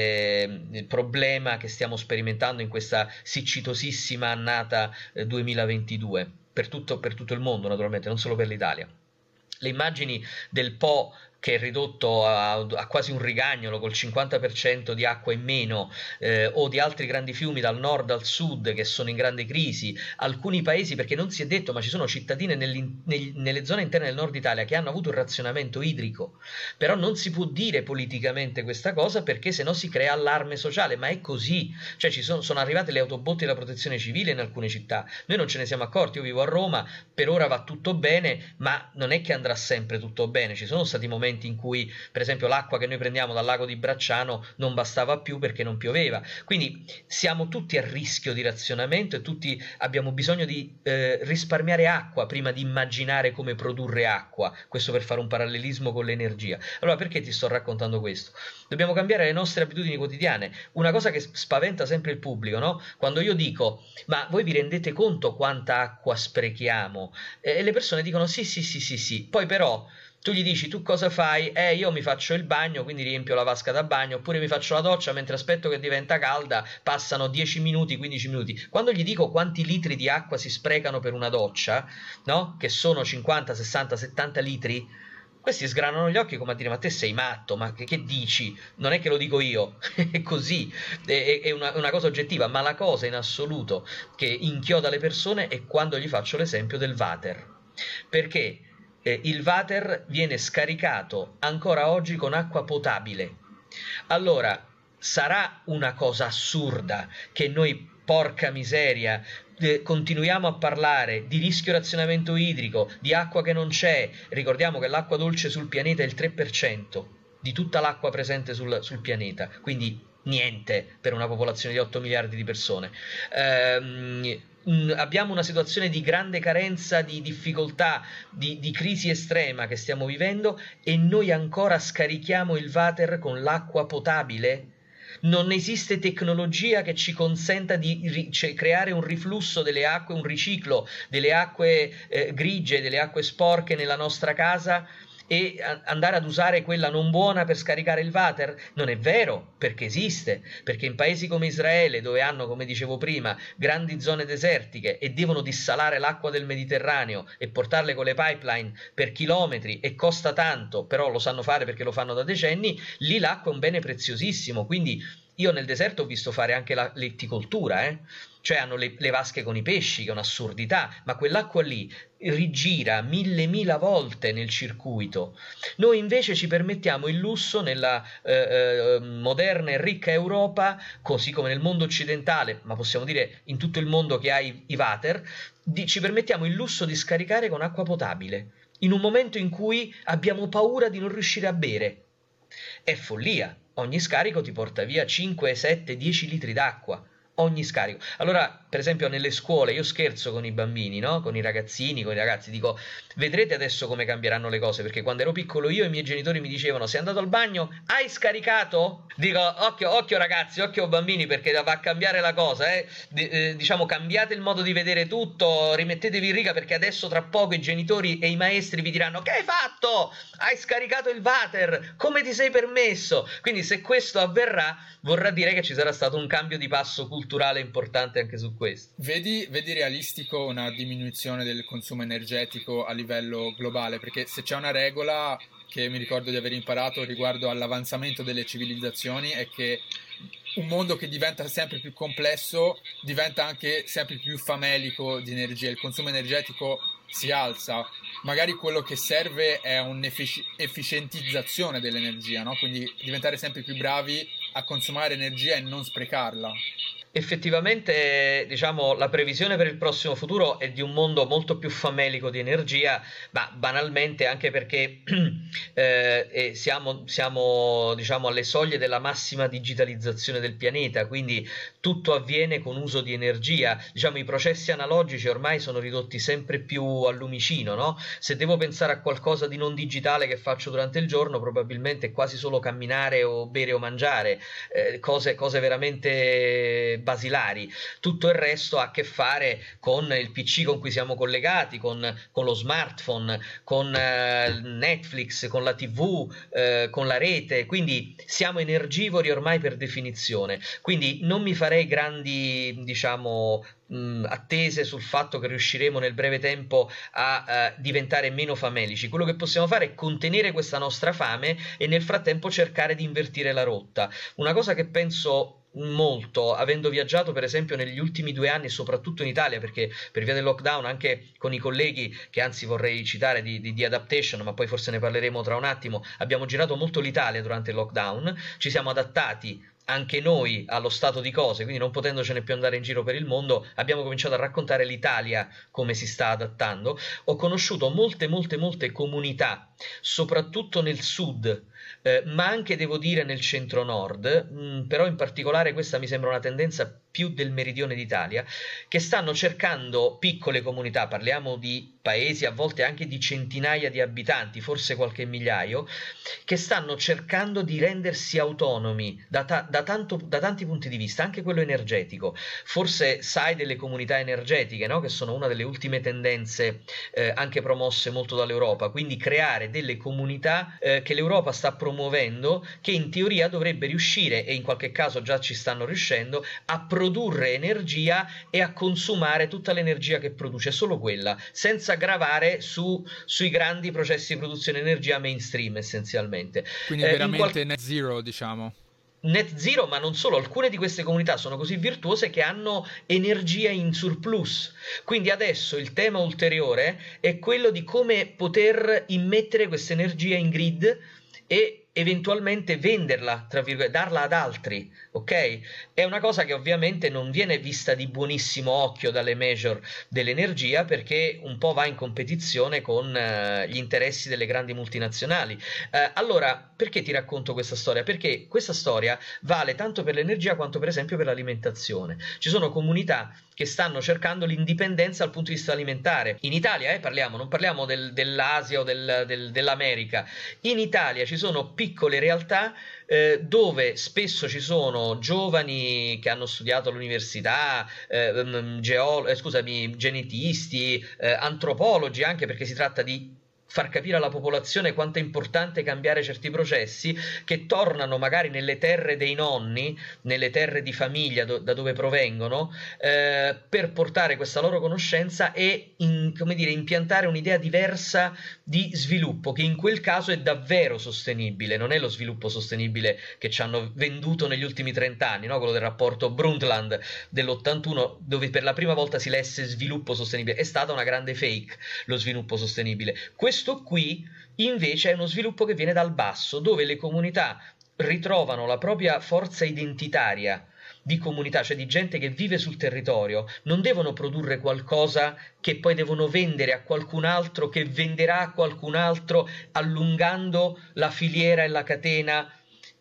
grande problema che stiamo sperimentando in questa siccitosissima annata eh, duemilaventidue, per tutto, per tutto il mondo naturalmente, non solo per l'Italia. Le immagini del Po che è ridotto a, a quasi un rigagnolo col cinquanta per cento di acqua in meno, eh, o di altri grandi fiumi dal nord al sud che sono in grande crisi, alcuni paesi, perché non si è detto, ma ci sono cittadine nel, nelle zone interne del nord Italia che hanno avuto un razionamento idrico, però non si può dire politicamente questa cosa perché sennò si crea allarme sociale, ma è così, cioè ci sono, sono arrivate le autobotti della protezione civile in alcune città, noi non ce ne siamo accorti, io vivo a Roma, per ora va tutto bene, ma non è che andrà sempre tutto bene, ci sono stati momenti in cui per esempio l'acqua che noi prendiamo dal lago di Bracciano non bastava più perché non pioveva, quindi siamo tutti a rischio di razionamento e tutti abbiamo bisogno di eh, risparmiare acqua prima di immaginare come produrre acqua, questo per fare un parallelismo con l'energia. Allora perché ti sto raccontando questo? Dobbiamo cambiare le nostre abitudini quotidiane, una cosa che spaventa sempre il pubblico, no? Quando io dico ma voi vi rendete conto quanta acqua sprechiamo? E le persone dicono sì sì sì sì sì, poi però tu gli dici tu cosa fai? Eh io mi faccio il bagno, quindi riempio la vasca da bagno, oppure mi faccio la doccia mentre aspetto che diventa calda, passano dieci minuti, quindici minuti. Quando gli dico quanti litri di acqua si sprecano per una doccia, no? Che sono cinquanta, sessanta, settanta litri, questi sgranano gli occhi come a dire ma te sei matto, ma che, che dici? Non è che lo dico io, è così, è, è una, una cosa oggettiva, ma la cosa in assoluto che inchioda le persone è quando gli faccio l'esempio del water, perché Eh, il water viene scaricato ancora oggi con acqua potabile. Allora, sarà una cosa assurda che noi, porca miseria, eh, continuiamo a parlare di rischio razionamento idrico, di acqua che non c'è. Ricordiamo che l'acqua dolce sul pianeta è il tre per cento di tutta l'acqua presente sul, sul pianeta, quindi niente per una popolazione di otto miliardi di persone. Ehm, abbiamo una situazione di grande carenza, di difficoltà, di, di crisi estrema che stiamo vivendo e noi ancora scarichiamo il water con l'acqua potabile? Non esiste tecnologia che ci consenta di ri- cioè, creare un riflusso delle acque, un riciclo delle acque eh, grigie, delle acque sporche nella nostra casa e andare ad usare quella non buona per scaricare il water? Non è vero, perché esiste, perché in paesi come Israele, dove hanno, come dicevo prima, grandi zone desertiche e devono dissalare l'acqua del Mediterraneo e portarle con le pipeline per chilometri e costa tanto, però lo sanno fare perché lo fanno da decenni, lì l'acqua è un bene preziosissimo, quindi io nel deserto ho visto fare anche la letticoltura, eh? Cioè hanno le, le vasche con i pesci, che è un'assurdità, ma quell'acqua lì rigira mille mila volte nel circuito. Noi invece ci permettiamo il lusso nella eh, eh, moderna e ricca Europa, così come nel mondo occidentale, ma possiamo dire in tutto il mondo che ha i, i water, di, ci permettiamo il lusso di scaricare con acqua potabile, in un momento in cui abbiamo paura di non riuscire a bere. È follia, ogni scarico ti porta via cinque, sette, dieci litri d'acqua. Ogni scarico. Allora per esempio nelle scuole, io scherzo con i bambini, no? Con i ragazzini, con i ragazzi, dico, vedrete adesso come cambieranno le cose, perché quando ero piccolo io i miei genitori mi dicevano, sei andato al bagno? Hai scaricato? Dico, occhio, occhio ragazzi, occhio bambini, perché va a cambiare la cosa, eh? D- eh, diciamo, cambiate il modo di vedere tutto, rimettetevi in riga, perché adesso tra poco i genitori e i maestri vi diranno, che hai fatto? Hai scaricato il water? Come ti sei permesso? Quindi se questo avverrà, vorrà dire che ci sarà stato un cambio di passo culturale importante anche su questo. Vedi, vedi realistico una diminuzione del consumo energetico a livello globale? Perché se c'è una regola che mi ricordo di aver imparato riguardo all'avanzamento delle civilizzazioni è che un mondo che diventa sempre più complesso diventa anche sempre più famelico di energia, il consumo energetico si alza, magari quello che serve è un'efficientizzazione dell'energia, no? Quindi diventare sempre più bravi a consumare energia e non sprecarla. Effettivamente, diciamo, la previsione per il prossimo futuro è di un mondo molto più famelico di energia, ma banalmente anche perché eh, siamo, siamo, diciamo, alle soglie della massima digitalizzazione del pianeta, quindi tutto avviene con uso di energia. Diciamo, i processi analogici ormai sono ridotti sempre più al lumicino, no? Se devo pensare a qualcosa di non digitale che faccio durante il giorno, probabilmente è quasi solo camminare o bere o mangiare, eh, cose, cose veramente basilari. Tutto il resto ha a che fare con il P C con cui siamo collegati, con, con lo smartphone, con eh, Netflix, con la tivù, eh, con la rete, quindi siamo energivori ormai per definizione. Quindi non mi farei grandi, diciamo, mh, attese sul fatto che riusciremo nel breve tempo a eh, diventare meno famelici. Quello che possiamo fare è contenere questa nostra fame e nel frattempo cercare di invertire la rotta. Una cosa che penso molto, avendo viaggiato per esempio negli ultimi due anni soprattutto in Italia, perché per via del lockdown anche con i colleghi che anzi vorrei citare di, di, di Adaptation, ma poi forse ne parleremo tra un attimo, abbiamo girato molto l'Italia durante il lockdown, ci siamo adattati anche noi allo stato di cose, quindi non potendocene più andare in giro per il mondo, abbiamo cominciato a raccontare l'Italia come si sta adattando. Ho conosciuto molte molte molte comunità, soprattutto nel sud, eh, ma anche devo dire nel centro-nord, mh, però in particolare questa mi sembra una tendenza più del meridione d'Italia, che stanno cercando piccole comunità, parliamo di paesi a volte anche di centinaia di abitanti, forse qualche migliaio, che stanno cercando di rendersi autonomi da, ta- da, tanto, da tanti punti di vista, anche quello energetico. Forse sai delle comunità energetiche, no? Che sono una delle ultime tendenze eh, anche promosse molto dall'Europa, quindi creare delle comunità eh, che l'Europa sta promuovendo, che in teoria dovrebbe riuscire, e in qualche caso già ci stanno riuscendo, a produrre energia e a consumare tutta l'energia che produce, solo quella, senza gravare su, sui grandi processi di produzione di energia mainstream essenzialmente. Quindi Eh, veramente qual- net zero, diciamo. Net zero, ma non solo, alcune di queste comunità sono così virtuose che hanno energia in surplus. Quindi adesso il tema ulteriore è quello di come poter immettere questa energia in grid e eventualmente venderla, tra virgolette, darla ad altri, ok? È una cosa che ovviamente non viene vista di buonissimo occhio dalle major dell'energia, perché un po' va in competizione con eh, gli interessi delle grandi multinazionali. Eh, allora, perché ti racconto questa storia? Perché questa storia vale tanto per l'energia quanto per esempio per l'alimentazione. Ci sono comunità che stanno cercando l'indipendenza dal punto di vista alimentare. In Italia, eh, parliamo, non parliamo del, dell'Asia o del, del, dell'America. In Italia ci sono piccole realtà eh, dove spesso ci sono giovani che hanno studiato all'università, eh, geolo- eh, scusami, genetisti, eh, antropologi, anche perché si tratta di far capire alla popolazione quanto è importante cambiare certi processi, che tornano magari nelle terre dei nonni, nelle terre di famiglia do- da dove provengono, eh, per portare questa loro conoscenza e in, come dire, impiantare un'idea diversa di sviluppo, che in quel caso è davvero sostenibile, non è lo sviluppo sostenibile che ci hanno venduto negli ultimi trent'anni, no? Quello del rapporto Brundtland dell'ottantuno, dove per la prima volta si lesse sviluppo sostenibile. È stata una grande fake lo sviluppo sostenibile. Questo Questo qui invece è uno sviluppo che viene dal basso, dove le comunità ritrovano la propria forza identitaria di comunità, cioè di gente che vive sul territorio, non devono produrre qualcosa che poi devono vendere a qualcun altro, che venderà a qualcun altro, allungando la filiera e la catena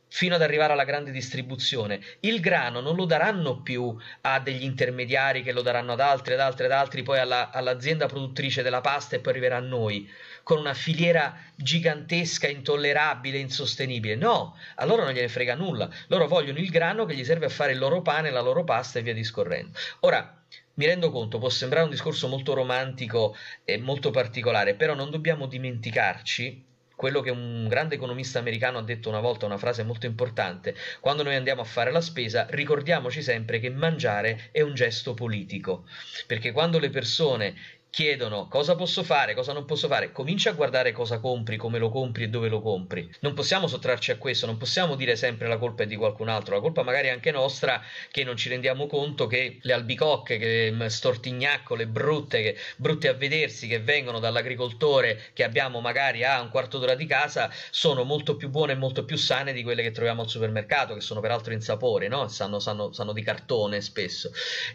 fino ad arrivare alla grande distribuzione. Il grano non lo daranno più a degli intermediari che lo daranno ad altri, ad altri, ad altri, poi alla, all'azienda produttrice della pasta e poi arriverà a noi, con una filiera gigantesca, intollerabile, insostenibile. No, a loro non gliene frega nulla. Loro vogliono il grano che gli serve a fare il loro pane, la loro pasta e via discorrendo. Ora, mi rendo conto, può sembrare un discorso molto romantico e molto particolare, però non dobbiamo dimenticarci quello che un grande economista americano ha detto una volta, una frase molto importante: quando noi andiamo a fare la spesa, ricordiamoci sempre che mangiare è un gesto politico, perché quando le persone chiedono cosa posso fare, cosa non posso fare, comincia a guardare cosa compri, come lo compri e dove lo compri. Non possiamo sottrarci a questo, non possiamo dire sempre la colpa è di qualcun altro, la colpa magari è anche nostra, che non ci rendiamo conto che le albicocche, che stortignaccole brutte, che, brutte a vedersi, che vengono dall'agricoltore che abbiamo magari a un quarto d'ora di casa, sono molto più buone e molto più sane di quelle che troviamo al supermercato, che sono peraltro insapore, no? Sanno, sanno, sanno di cartone spesso.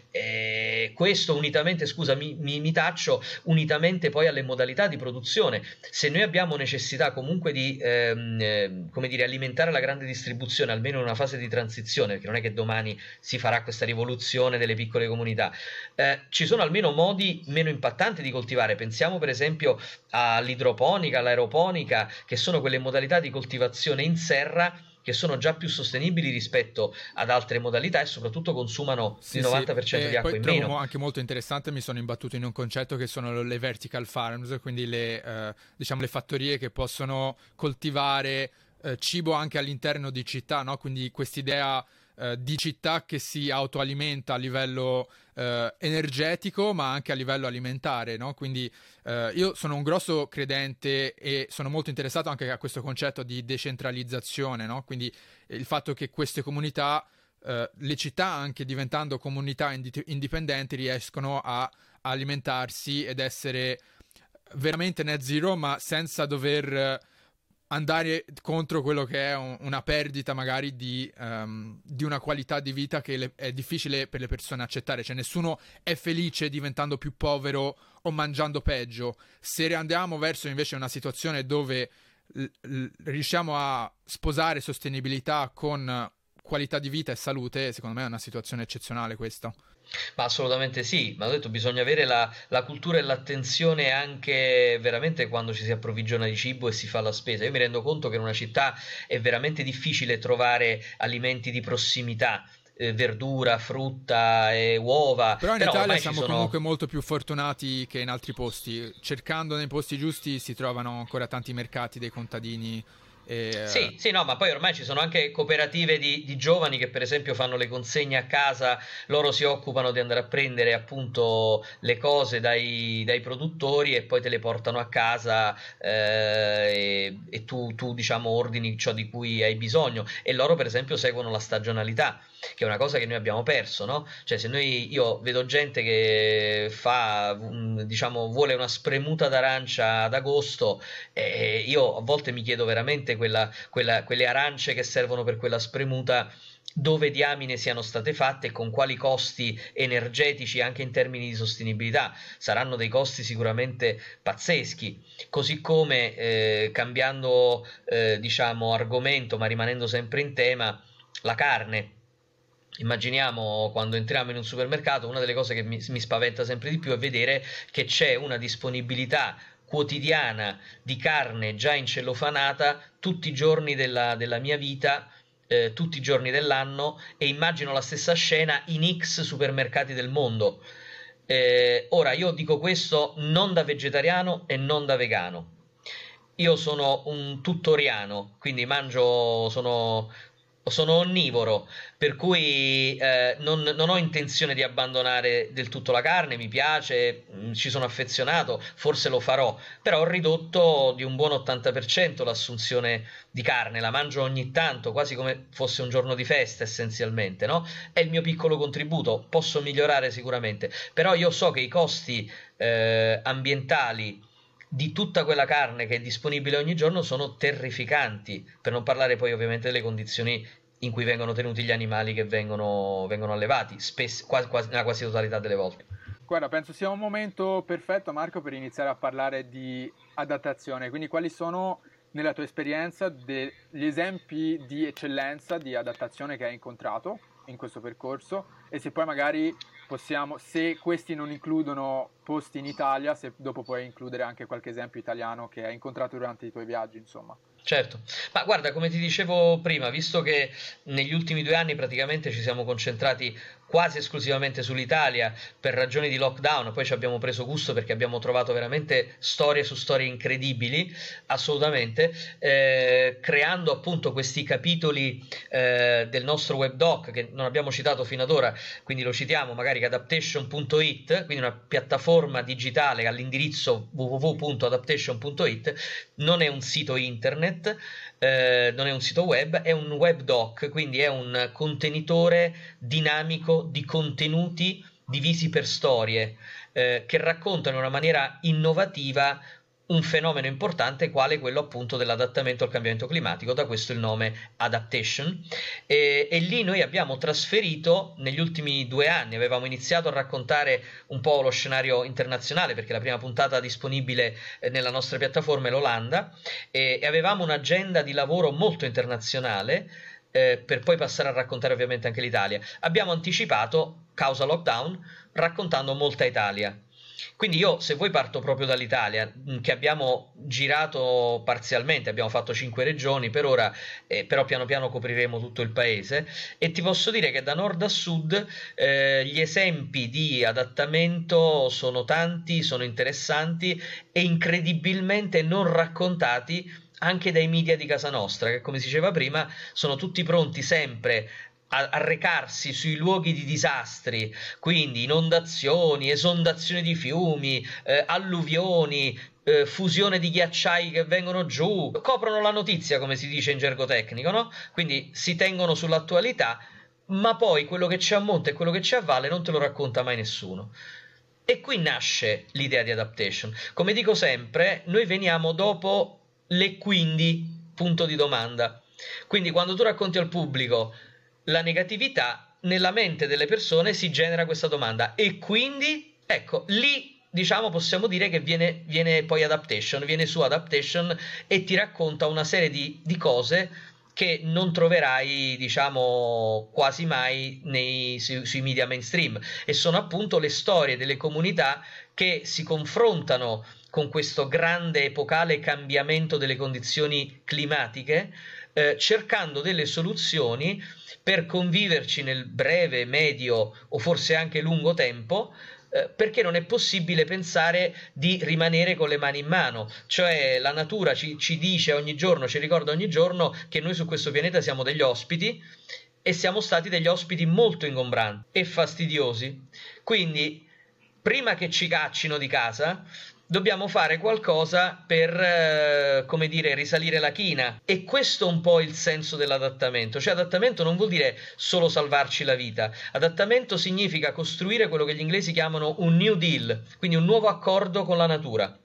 E questo unitamente, scusa, mi, mi, mi taccio, unitamente poi alle modalità di produzione. Se noi abbiamo necessità comunque di ehm, eh, come dire, alimentare la grande distribuzione, almeno in una fase di transizione, perché non è che domani si farà questa rivoluzione delle piccole comunità, eh, ci sono almeno modi meno impattanti di coltivare. Pensiamo per esempio all'idroponica, all'aeroponica, che sono quelle modalità di coltivazione in serra che sono già più sostenibili rispetto ad altre modalità e soprattutto consumano Sì, il novanta per cento sì. di E acqua poi in trovo meno. mo- anche molto interessante, mi sono imbattuto in un concetto che sono le vertical farms, quindi le, eh, diciamo le fattorie che possono coltivare eh, cibo anche all'interno di città, no? Quindi quest'idea eh, di città che si autoalimenta a livello eh, energetico ma anche a livello alimentare, no? Quindi eh, io sono un grosso credente e sono molto interessato anche a questo concetto di decentralizzazione, no? Quindi il fatto che queste comunità, eh, le città anche diventando comunità indi- indipendenti, riescono a alimentarsi ed essere veramente net zero, ma senza dover eh, andare contro quello che è un- una perdita magari di, ehm, di una qualità di vita che le- è difficile per le persone accettare. Cioè nessuno è felice diventando più povero o mangiando peggio. Se andiamo verso invece una situazione dove l- l- riusciamo a sposare sostenibilità con qualità di vita e salute, secondo me è una situazione eccezionale questa. Ma assolutamente sì, ma ho detto bisogna avere la, la cultura e l'attenzione anche veramente quando ci si approvvigiona di cibo e si fa la spesa. Io mi rendo conto che in una città è veramente difficile trovare alimenti di prossimità, eh, verdura, frutta e uova, Però in però Italia ormai ci siamo comunque sono. molto più fortunati che in altri posti. Cercando nei posti giusti si trovano ancora tanti mercati dei contadini. E, eh, Sì, sì, no, ma poi ormai ci sono anche cooperative di, di giovani che per esempio fanno le consegne a casa, loro si occupano di andare a prendere appunto le cose dai, dai produttori e poi te le portano a casa, eh, e, e tu, tu diciamo ordini ciò di cui hai bisogno e loro per esempio seguono la stagionalità, che è una cosa che noi abbiamo perso, no? Cioè se noi, io vedo gente che fa, mm, diciamo, vuole una spremuta d'arancia ad agosto, e io a volte mi chiedo veramente quella, quella, quelle arance che servono per quella spremuta dove diamine siano state fatte e con quali costi energetici anche in termini di sostenibilità. Saranno dei costi sicuramente pazzeschi, così come eh, cambiando eh, diciamo argomento ma rimanendo sempre in tema, la carne. Immaginiamo quando entriamo in un supermercato, una delle cose che mi, mi spaventa sempre di più è vedere che c'è una disponibilità quotidiana di carne già incellofanata tutti i giorni della, della mia vita, eh, tutti i giorni dell'anno, e immagino la stessa scena in X supermercati del mondo. Eh, ora io dico questo non da vegetariano e non da vegano. Io sono un tuttoriano, quindi mangio, sono, sono onnivoro, per cui eh, non, non ho intenzione di abbandonare del tutto la carne, mi piace, mh, ci sono affezionato, forse lo farò, però ho ridotto di un buon ottanta per cento l'assunzione di carne, la mangio ogni tanto, quasi come fosse un giorno di festa essenzialmente, no? È il mio piccolo contributo, posso migliorare sicuramente, però io so che i costi eh, ambientali di tutta quella carne che è disponibile ogni giorno sono terrificanti, per non parlare poi ovviamente delle condizioni in cui vengono tenuti gli animali che vengono, vengono allevati, spesso, quasi, quasi, nella quasi totalità delle volte. Guarda, penso sia un momento perfetto, Marco, per iniziare a parlare di adattazione. Quindi, quali sono nella tua esperienza, degli esempi di eccellenza, di adattazione che hai incontrato in questo percorso, e se poi magari possiamo, se questi non includono posti in Italia, se dopo puoi includere anche qualche esempio italiano che hai incontrato durante i tuoi viaggi, insomma. Certo, ma guarda, come ti dicevo prima, visto che negli ultimi due anni praticamente ci siamo concentrati quasi esclusivamente sull'Italia per ragioni di lockdown, poi ci abbiamo preso gusto perché abbiamo trovato veramente storie su storie incredibili, assolutamente, eh, creando appunto questi capitoli eh, del nostro webdoc che non abbiamo citato fino ad ora, quindi lo citiamo magari, che adaptation punto it, quindi una piattaforma digitale all'indirizzo w w w punto adaptation punto it, non è un sito internet, eh, non è un sito web, è un webdoc, quindi è un contenitore dinamico di contenuti divisi per storie, eh, che raccontano in una maniera innovativa un fenomeno importante quale quello appunto dell'adattamento al cambiamento climatico, da questo il nome adaptation, e, e lì noi abbiamo trasferito negli ultimi due anni, avevamo iniziato a raccontare un po' lo scenario internazionale perché la prima puntata disponibile nella nostra piattaforma è l'Olanda, e, e avevamo un'agenda di lavoro molto internazionale, eh, per poi passare a raccontare ovviamente anche l'Italia. Abbiamo anticipato, causa lockdown, raccontando molta Italia. Quindi io, se vuoi, parto proprio dall'Italia, che abbiamo girato parzialmente, abbiamo fatto cinque regioni per ora, eh, però piano piano copriremo tutto il paese, e ti posso dire che da nord a sud eh, gli esempi di adattamento sono tanti, sono interessanti e incredibilmente non raccontati anche dai media di casa nostra, che come si diceva prima sono tutti pronti sempre a, a recarsi sui luoghi di disastri, quindi inondazioni, esondazioni di fiumi, eh, alluvioni, eh, fusione di ghiacciai che vengono giù, coprono la notizia, come si dice in gergo tecnico, no? Quindi si tengono sull'attualità, ma poi quello che c'è a monte e quello che c'è a valle non te lo racconta mai nessuno. E qui nasce l'idea di adaptation. Come dico sempre, noi veniamo dopo le quindi, punto di domanda. Quindi quando tu racconti al pubblico la negatività, nella mente delle persone si genera questa domanda, e quindi, ecco, lì diciamo possiamo dire che viene, viene poi adaptation, viene su adaptation e ti racconta una serie di, di cose che non troverai, diciamo, quasi mai nei, su, sui media mainstream, e sono appunto le storie delle comunità che si confrontano con questo grande epocale cambiamento delle condizioni climatiche, eh, cercando delle soluzioni per conviverci nel breve, medio o forse anche lungo tempo, eh, perché non è possibile pensare di rimanere con le mani in mano. Cioè la natura ci, ci dice ogni giorno, ci ricorda ogni giorno che noi su questo pianeta siamo degli ospiti, e siamo stati degli ospiti molto ingombranti e fastidiosi. Quindi prima che ci caccino di casa dobbiamo fare qualcosa per, eh, come dire, risalire la china, e questo è un po' il senso dell'adattamento. Cioè adattamento non vuol dire solo salvarci la vita, adattamento significa costruire quello che gli inglesi chiamano un New Deal, quindi un nuovo accordo con la natura,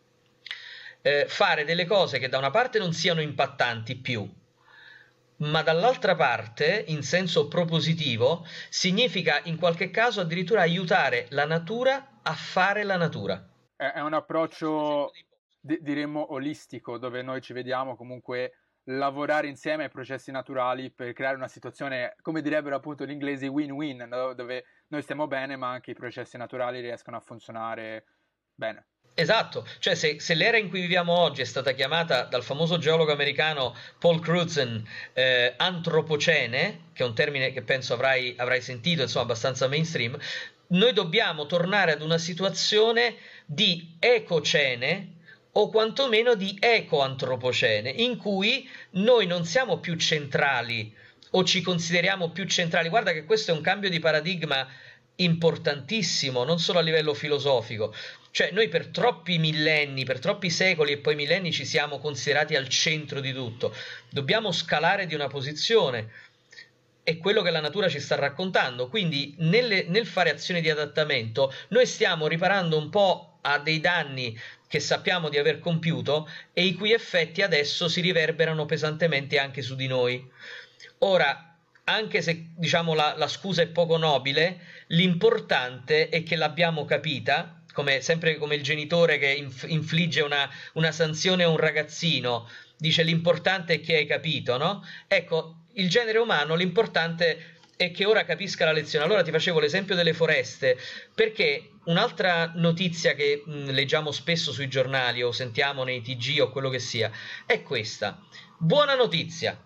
eh, fare delle cose che da una parte non siano impattanti più, ma dall'altra parte, in senso propositivo, significa in qualche caso addirittura aiutare la natura a fare la natura. È un approccio, diremmo, olistico, dove noi ci vediamo comunque lavorare insieme ai processi naturali per creare una situazione, come direbbero appunto gli inglesi, win-win, no? Dove noi stiamo bene, ma anche i processi naturali riescono a funzionare bene. Esatto, cioè se, se l'era in cui viviamo oggi è stata chiamata dal famoso geologo americano Paul Crutzen eh, antropocene, che è un termine che penso avrai, avrai sentito, insomma abbastanza mainstream, noi dobbiamo tornare ad una situazione di ecocene o quantomeno di ecoantropocene, in cui noi non siamo più centrali o ci consideriamo più centrali. Guarda che questo è un cambio di paradigma importantissimo, non solo a livello filosofico. Cioè noi per troppi millenni, per troppi secoli e poi millenni ci siamo considerati al centro di tutto. Dobbiamo scalare di una posizione. È quello che la natura ci sta raccontando. Quindi nelle, nel fare azioni di adattamento noi stiamo riparando un po' a dei danni che sappiamo di aver compiuto e i cui effetti adesso si riverberano pesantemente anche su di noi. Ora, anche se diciamo la, la scusa è poco nobile, l'importante è che l'abbiamo capita, come, sempre come il genitore che inf- infligge una, una sanzione a un ragazzino dice l'importante è che hai capito, no? Ecco, il genere umano, l'importante è che ora capisca la lezione. Allora ti facevo l'esempio delle foreste, perché un'altra notizia che mh, leggiamo spesso sui giornali o sentiamo nei T G o quello che sia, è questa. Buona notizia.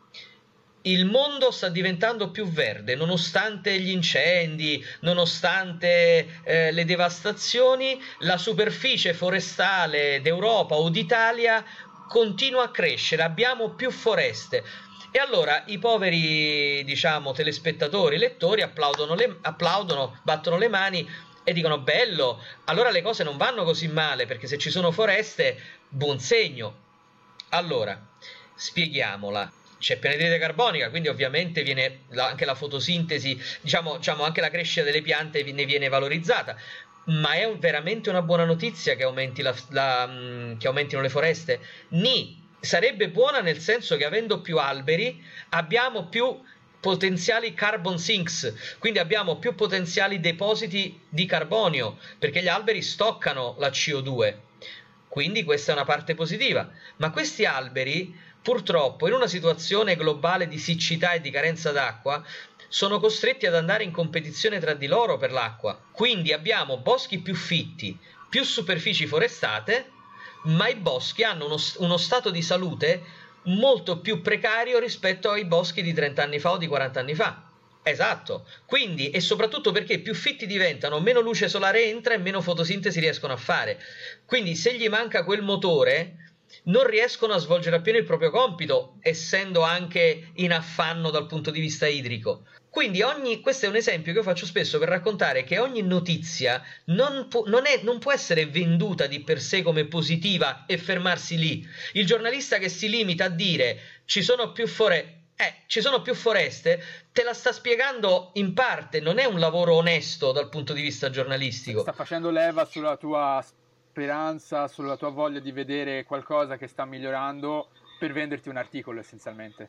Il mondo sta diventando più verde, nonostante gli incendi, nonostante eh, le devastazioni, la superficie forestale d'Europa o d'Italia continua a crescere, abbiamo più foreste. E allora i poveri, diciamo, telespettatori, lettori applaudono, le, applaudono, battono le mani e dicono bello, allora le cose non vanno così male, perché se ci sono foreste, buon segno. Allora, spieghiamola. C'è più anidride carbonica, quindi ovviamente viene la, anche la fotosintesi, diciamo, diciamo anche la crescita delle piante ne viene valorizzata, ma è un, veramente una buona notizia che, aumenti la, la, mh, che aumentino le foreste? Ni, sarebbe buona nel senso che avendo più alberi abbiamo più potenziali carbon sinks, quindi abbiamo più potenziali depositi di carbonio, perché gli alberi stoccano la C O due, quindi questa è una parte positiva, ma questi alberi purtroppo in una situazione globale di siccità e di carenza d'acqua sono costretti ad andare in competizione tra di loro per l'acqua. Quindi abbiamo boschi più fitti, più superfici forestate, ma i boschi hanno uno, uno stato di salute molto più precario rispetto ai boschi di trenta anni fa o di quaranta anni fa. Esatto, quindi e soprattutto perché più fitti diventano, meno luce solare entra e meno fotosintesi riescono a fare. Quindi se gli manca quel motore non riescono a svolgere appieno il proprio compito, essendo anche in affanno dal punto di vista idrico. Quindi ogni, questo è un esempio che io faccio spesso per raccontare che ogni notizia non, pu- non, è, non può essere venduta di per sé come positiva e fermarsi lì. Il giornalista che si limita a dire ci sono più foreste, eh, ci sono più foreste, te la sta spiegando in parte, non è un lavoro onesto dal punto di vista giornalistico. Sta facendo leva sulla tua speranza, sulla tua voglia di vedere qualcosa che sta migliorando per venderti un articolo essenzialmente.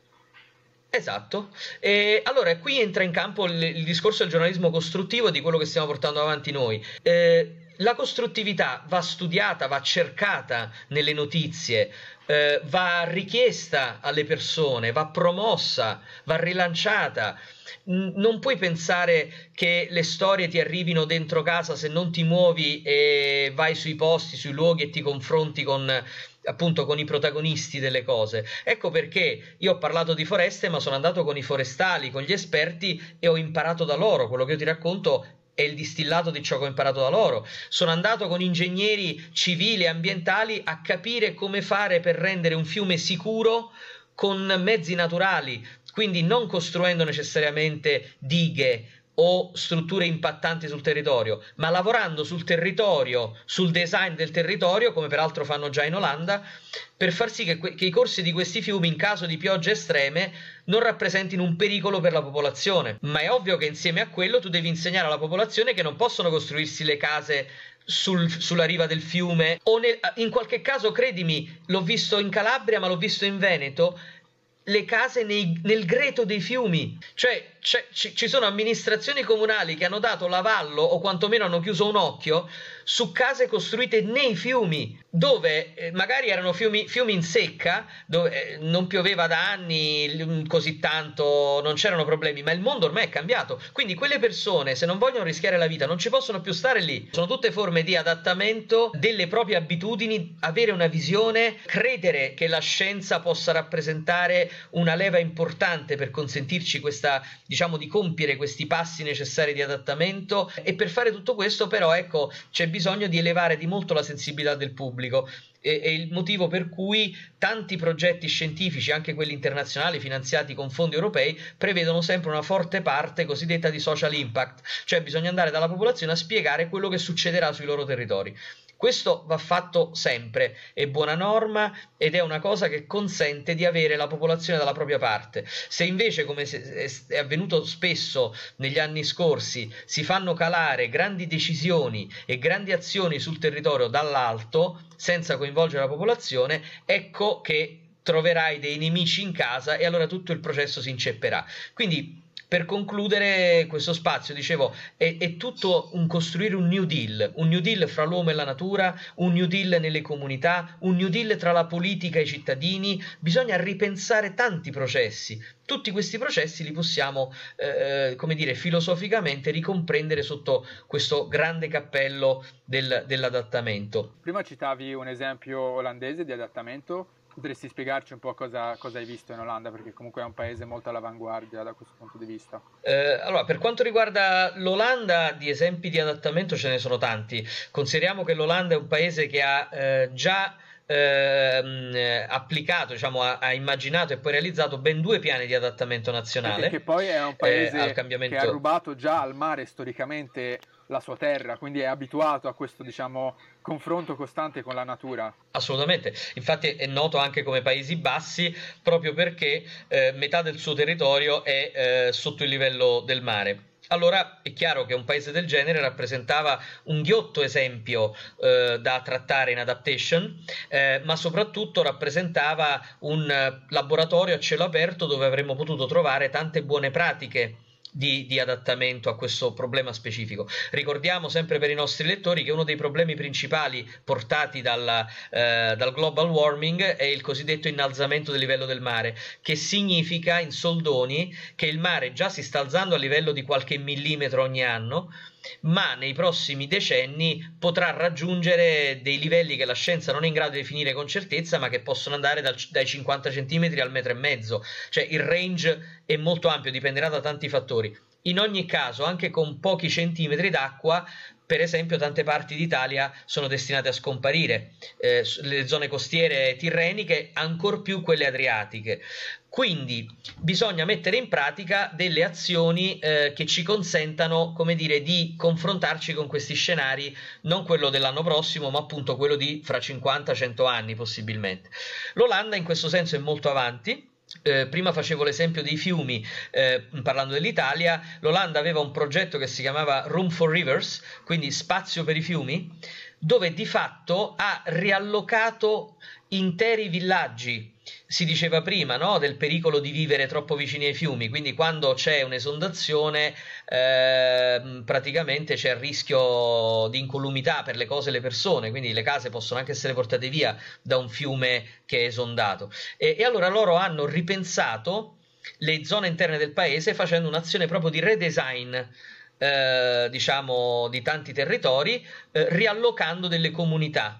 Esatto, e allora qui entra in campo il, il discorso del giornalismo costruttivo, di quello che stiamo portando avanti noi. Eh, la costruttività va studiata, va cercata nelle notizie, eh, va richiesta alle persone, va promossa, va rilanciata. Non puoi pensare che le storie ti arrivino dentro casa se non ti muovi e vai sui posti, sui luoghi e ti confronti con, appunto, con i protagonisti delle cose. Ecco perché io ho parlato di foreste, ma sono andato con i forestali, con gli esperti e ho imparato da loro. Quello che io ti racconto è il distillato di ciò che ho imparato da loro. Sono andato con ingegneri civili e ambientali a capire come fare per rendere un fiume sicuro con mezzi naturali, quindi non costruendo necessariamente dighe o strutture impattanti sul territorio, ma lavorando sul territorio, sul design del territorio, come peraltro fanno già in Olanda, per far sì che, que- che i corsi di questi fiumi in caso di piogge estreme non rappresentino un pericolo per la popolazione. Ma è ovvio che insieme a quello tu devi insegnare alla popolazione che non possono costruirsi le case sul, sulla riva del fiume o nel, in qualche caso, credimi, l'ho visto in Calabria ma l'ho visto in Veneto, le case nei, nel greto dei fiumi. Cioè ci, ci sono amministrazioni comunali che hanno dato l'avallo o quantomeno hanno chiuso un occhio su case costruite nei fiumi, dove eh, magari erano fiumi, fiumi in secca, dove eh, non pioveva da anni così tanto, non c'erano problemi, ma il mondo ormai è cambiato. Quindi quelle persone, se non vogliono rischiare la vita, non ci possono più stare lì. Sono tutte forme di adattamento delle proprie abitudini, avere una visione, credere che la scienza possa rappresentare una leva importante per consentirci questa, diciamo, di compiere questi passi necessari di adattamento. E per fare tutto questo però, ecco, c'è bisogno di elevare di molto la sensibilità del pubblico. E, e il motivo per cui tanti progetti scientifici, anche quelli internazionali finanziati con fondi europei, prevedono sempre una forte parte cosiddetta di social impact, cioè bisogna andare dalla popolazione a spiegare quello che succederà sui loro territori. Questo va fatto sempre, è buona norma ed è una cosa che consente di avere la popolazione dalla propria parte. Se invece, come è avvenuto spesso negli anni scorsi, si fanno calare grandi decisioni e grandi azioni sul territorio dall'alto senza coinvolgere la popolazione, ecco che troverai dei nemici in casa e allora tutto il processo si incepperà. Quindi Per concludere questo spazio, dicevo, è, è tutto un costruire un New Deal, un New Deal fra l'uomo e la natura, un New Deal nelle comunità, un New Deal tra la politica e i cittadini. Bisogna ripensare tanti processi. Tutti questi processi li possiamo, eh, come dire, filosoficamente ricomprendere sotto questo grande cappello del, dell'adattamento. Prima citavi un esempio olandese di adattamento. Potresti spiegarci un po' cosa, cosa hai visto in Olanda, perché comunque è un paese molto all'avanguardia da questo punto di vista. Eh, allora, per quanto riguarda l'Olanda, di esempi di adattamento ce ne sono tanti. Consideriamo che l'Olanda è un paese che ha eh, già eh, applicato, diciamo, ha, ha immaginato e poi realizzato ben due piani di adattamento nazionale. E che poi è un paese eh, al cambiamento... che ha rubato già al mare storicamente la sua terra, quindi è abituato a questo, diciamo, confronto costante con la natura. Assolutamente, infatti è noto anche come Paesi Bassi proprio perché eh, metà del suo territorio è eh, sotto il livello del mare. Allora è chiaro che un paese del genere rappresentava un ghiotto esempio eh, da trattare in adaptation, eh, ma soprattutto rappresentava un eh, laboratorio a cielo aperto dove avremmo potuto trovare tante buone pratiche Di, di adattamento a questo problema specifico. Ricordiamo sempre per i nostri lettori che uno dei problemi principali portati dalla, eh, dal global warming è il cosiddetto innalzamento del livello del mare, che significa in soldoni che il mare già si sta alzando a livello di qualche millimetro ogni anno, ma nei prossimi decenni potrà raggiungere dei livelli che la scienza non è in grado di definire con certezza, ma che possono andare dal, dai cinquanta centimetri al metro e mezzo. Cioè il range è molto ampio, dipenderà da tanti fattori. In ogni caso, anche con pochi centimetri d'acqua, per esempio, tante parti d'Italia sono destinate a scomparire, eh, le zone costiere tirreniche, ancor più quelle adriatiche. Quindi bisogna mettere in pratica delle azioni eh, che ci consentano, come dire, di confrontarci con questi scenari, non quello dell'anno prossimo, ma appunto quello di fra cinquanta cento anni possibilmente. L'Olanda in questo senso è molto avanti. Eh, prima facevo l'esempio dei fiumi, eh, parlando dell'Italia. L'Olanda aveva un progetto che si chiamava Room for Rivers, quindi spazio per i fiumi, dove di fatto ha riallocato interi villaggi. Si diceva prima, no, del pericolo di vivere troppo vicini ai fiumi, quindi quando c'è un'esondazione eh, praticamente c'è il rischio di incolumità per le cose e le persone, quindi le case possono anche essere portate via da un fiume che è esondato. E, e allora loro hanno ripensato le zone interne del paese facendo un'azione proprio di redesign, eh, diciamo, di tanti territori, eh, riallocando delle comunità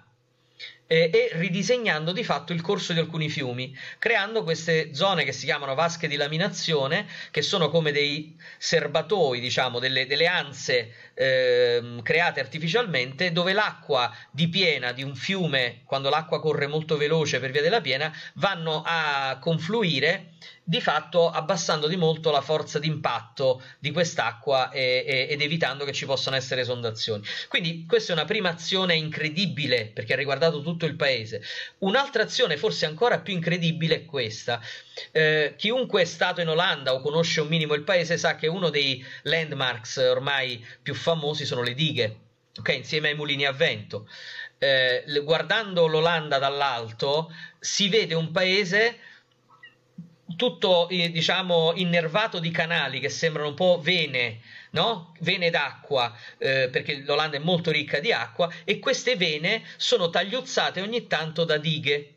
e ridisegnando di fatto il corso di alcuni fiumi, creando queste zone che si chiamano vasche di laminazione, che sono come dei serbatoi, diciamo, delle, delle anse eh, create artificialmente, dove l'acqua di piena di un fiume, quando l'acqua corre molto veloce per via della piena, vanno a confluire, di fatto abbassando di molto la forza d'impatto di quest'acqua e, e, ed evitando che ci possano essere esondazioni. Quindi questa è una prima azione incredibile perché ha riguardato tutto il paese. Un'altra azione forse ancora più incredibile è questa. Eh, chiunque è stato in Olanda o conosce un minimo il paese sa che uno dei landmarks ormai più famosi sono le dighe, okay? Insieme ai mulini a vento. Eh, guardando l'Olanda dall'alto si vede un paese tutto eh, diciamo innervato di canali che sembrano un po' vene, no? Vene d'acqua, eh, perché l'Olanda è molto ricca di acqua, e queste vene sono tagliuzzate ogni tanto da dighe.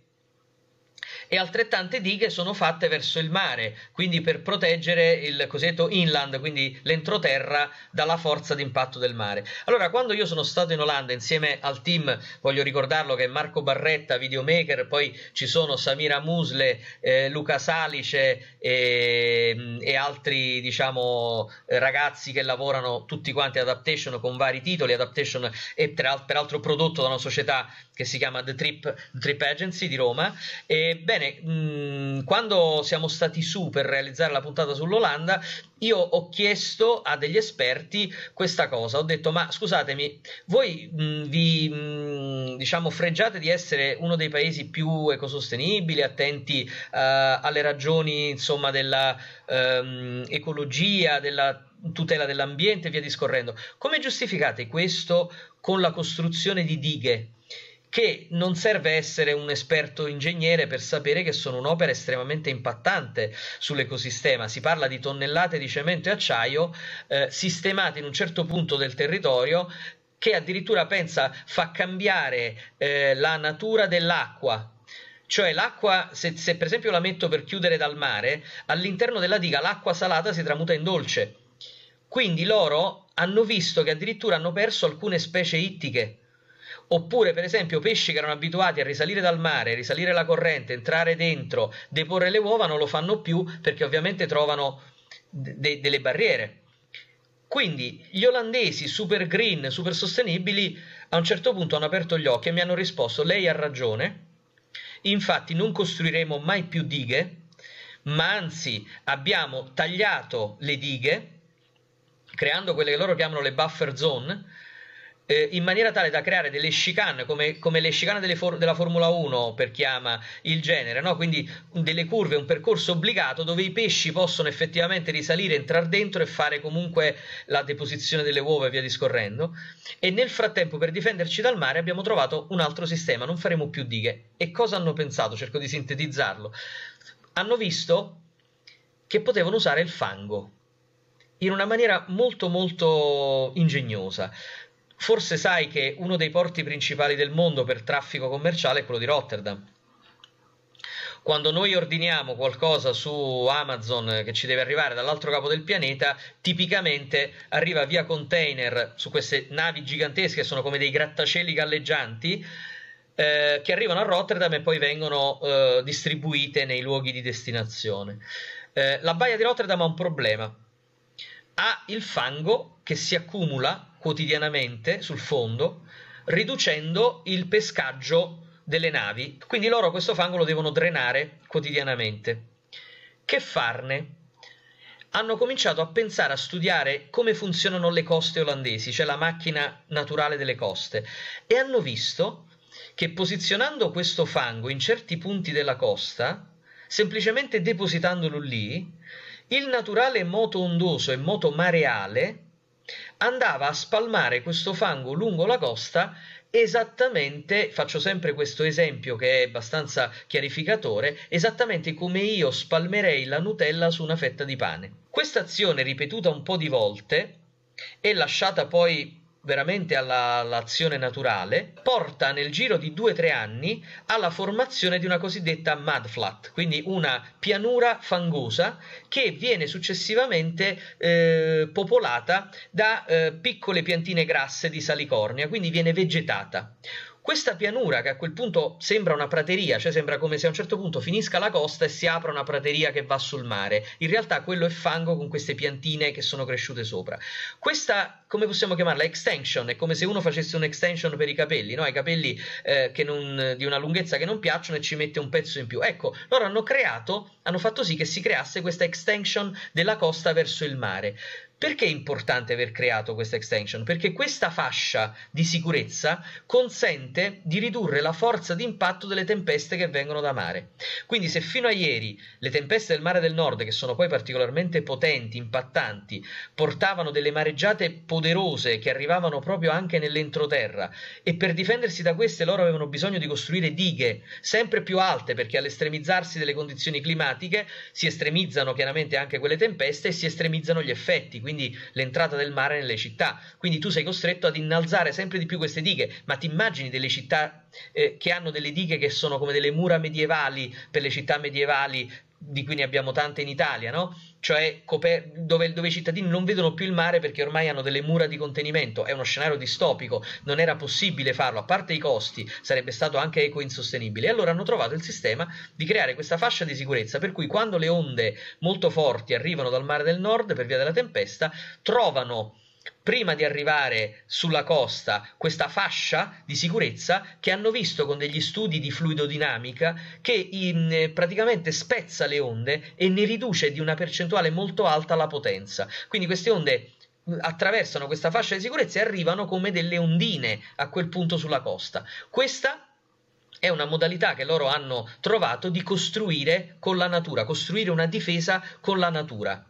E altrettante dighe sono fatte verso il mare, quindi per proteggere il cosiddetto inland, quindi l'entroterra, dalla forza d'impatto del mare. Allora, quando io sono stato in Olanda insieme al team, voglio ricordarlo che è Marco Barretta, videomaker, poi ci sono Samira Musle, eh, Luca Salice e, e altri, diciamo, ragazzi che lavorano tutti quanti adaptation con vari titoli. Adaptation è peraltro prodotto da una società che si chiama The Trip, The Trip Agency di Roma. E bene, mh, quando siamo stati su per realizzare la puntata sull'Olanda, io ho chiesto a degli esperti questa cosa. Ho detto: ma scusatemi, voi mh, vi mh, diciamo fregiate di essere uno dei paesi più ecosostenibili, attenti uh, alle ragioni, insomma, della um, ecologia, della tutela dell'ambiente e via discorrendo. Come giustificate questo con la costruzione di dighe che non serve essere un esperto ingegnere per sapere che sono un'opera estremamente impattante sull'ecosistema. Si parla di tonnellate di cemento e acciaio eh, sistemate in un certo punto del territorio, che addirittura pensa fa cambiare eh, la natura dell'acqua. Cioè l'acqua, se, se per esempio la metto per chiudere dal mare, all'interno della diga l'acqua salata si tramuta in dolce. Quindi loro hanno visto che addirittura hanno perso alcune specie ittiche. Oppure per esempio pesci che erano abituati a risalire dal mare, risalire la corrente, entrare dentro, deporre le uova, non lo fanno più perché ovviamente trovano de- delle barriere. Quindi gli olandesi super green, super sostenibili, a un certo punto hanno aperto gli occhi e mi hanno risposto: lei ha ragione, infatti non costruiremo mai più dighe, ma anzi abbiamo tagliato le dighe, creando quelle che loro chiamano le buffer zone, in maniera tale da creare delle chicane, come, come le chicane delle for- della Formula uno, per chi ama il genere, no? Quindi delle curve, un percorso obbligato dove i pesci possono effettivamente risalire, entrare dentro e fare comunque la deposizione delle uova e via discorrendo. E nel frattempo, per difenderci dal mare, abbiamo trovato un altro sistema: non faremo più dighe. E cosa hanno pensato? Cerco di sintetizzarlo. Hanno visto che potevano usare il fango in una maniera molto molto ingegnosa. Forse sai che uno dei porti principali del mondo per traffico commerciale è quello di Rotterdam. Quando noi ordiniamo qualcosa su Amazon che ci deve arrivare dall'altro capo del pianeta, tipicamente arriva via container su queste navi gigantesche, sono come dei grattacieli galleggianti, eh, che arrivano a Rotterdam e poi vengono eh, distribuite nei luoghi di destinazione. Eh, la baia di Rotterdam ha un problema: ha il fango che si accumula quotidianamente sul fondo, riducendo il pescaggio delle navi. Quindi loro questo fango lo devono drenare quotidianamente. Che farne? Hanno cominciato a pensare, a studiare come funzionano le coste olandesi, cioè la macchina naturale delle coste, e hanno visto che posizionando questo fango in certi punti della costa, semplicemente depositandolo lì, il naturale moto ondoso e moto mareale andava a spalmare questo fango lungo la costa esattamente, faccio sempre questo esempio che è abbastanza chiarificatore, esattamente come io spalmerei la Nutella su una fetta di pane. Questa azione ripetuta un po' di volte e lasciata poi veramente alla, all'azione naturale, porta nel giro di due o tre anni alla formazione di una cosiddetta mudflat, quindi una pianura fangosa che viene successivamente eh, popolata da eh, piccole piantine grasse di salicornia, quindi viene vegetata. Questa pianura, che a quel punto sembra una prateria, cioè sembra come se a un certo punto finisca la costa e si apra una prateria che va sul mare, in realtà quello è fango con queste piantine che sono cresciute sopra. Questa, come possiamo chiamarla? Extension, è come se uno facesse un'extension per i capelli, no? I capelli eh, che non, di una lunghezza che non piacciono e ci mette un pezzo in più. Ecco, loro hanno creato, hanno fatto sì che si creasse questa extension della costa verso il mare. Perché è importante aver creato questa extension? Perché questa fascia di sicurezza consente di ridurre la forza di impatto delle tempeste che vengono da mare. Quindi se fino a ieri le tempeste del mare del nord, che sono poi particolarmente potenti, impattanti, portavano delle mareggiate poderose che arrivavano proprio anche nell'entroterra, e per difendersi da queste loro avevano bisogno di costruire dighe sempre più alte, perché all'estremizzarsi delle condizioni climatiche si estremizzano chiaramente anche quelle tempeste e si estremizzano gli effetti, quindi l'entrata del mare nelle città. Quindi tu sei costretto ad innalzare sempre di più queste dighe, ma ti immagini delle città eh, che hanno delle dighe che sono come delle mura medievali per le città medievali, di cui ne abbiamo tante in Italia, no? Cioè coper- dove, dove i cittadini non vedono più il mare perché ormai hanno delle mura di contenimento. È uno scenario distopico, non era possibile farlo, a parte i costi, sarebbe stato anche eco-insostenibile. E allora hanno trovato il sistema di creare questa fascia di sicurezza, per cui quando le onde molto forti arrivano dal mare del nord per via della tempesta, trovano, prima di arrivare sulla costa, questa fascia di sicurezza che hanno visto con degli studi di fluidodinamica che in, praticamente spezza le onde e ne riduce di una percentuale molto alta la potenza. Quindi queste onde attraversano questa fascia di sicurezza e arrivano come delle ondine a quel punto sulla costa. Questa è una modalità che loro hanno trovato di costruire con la natura, costruire una difesa con la natura.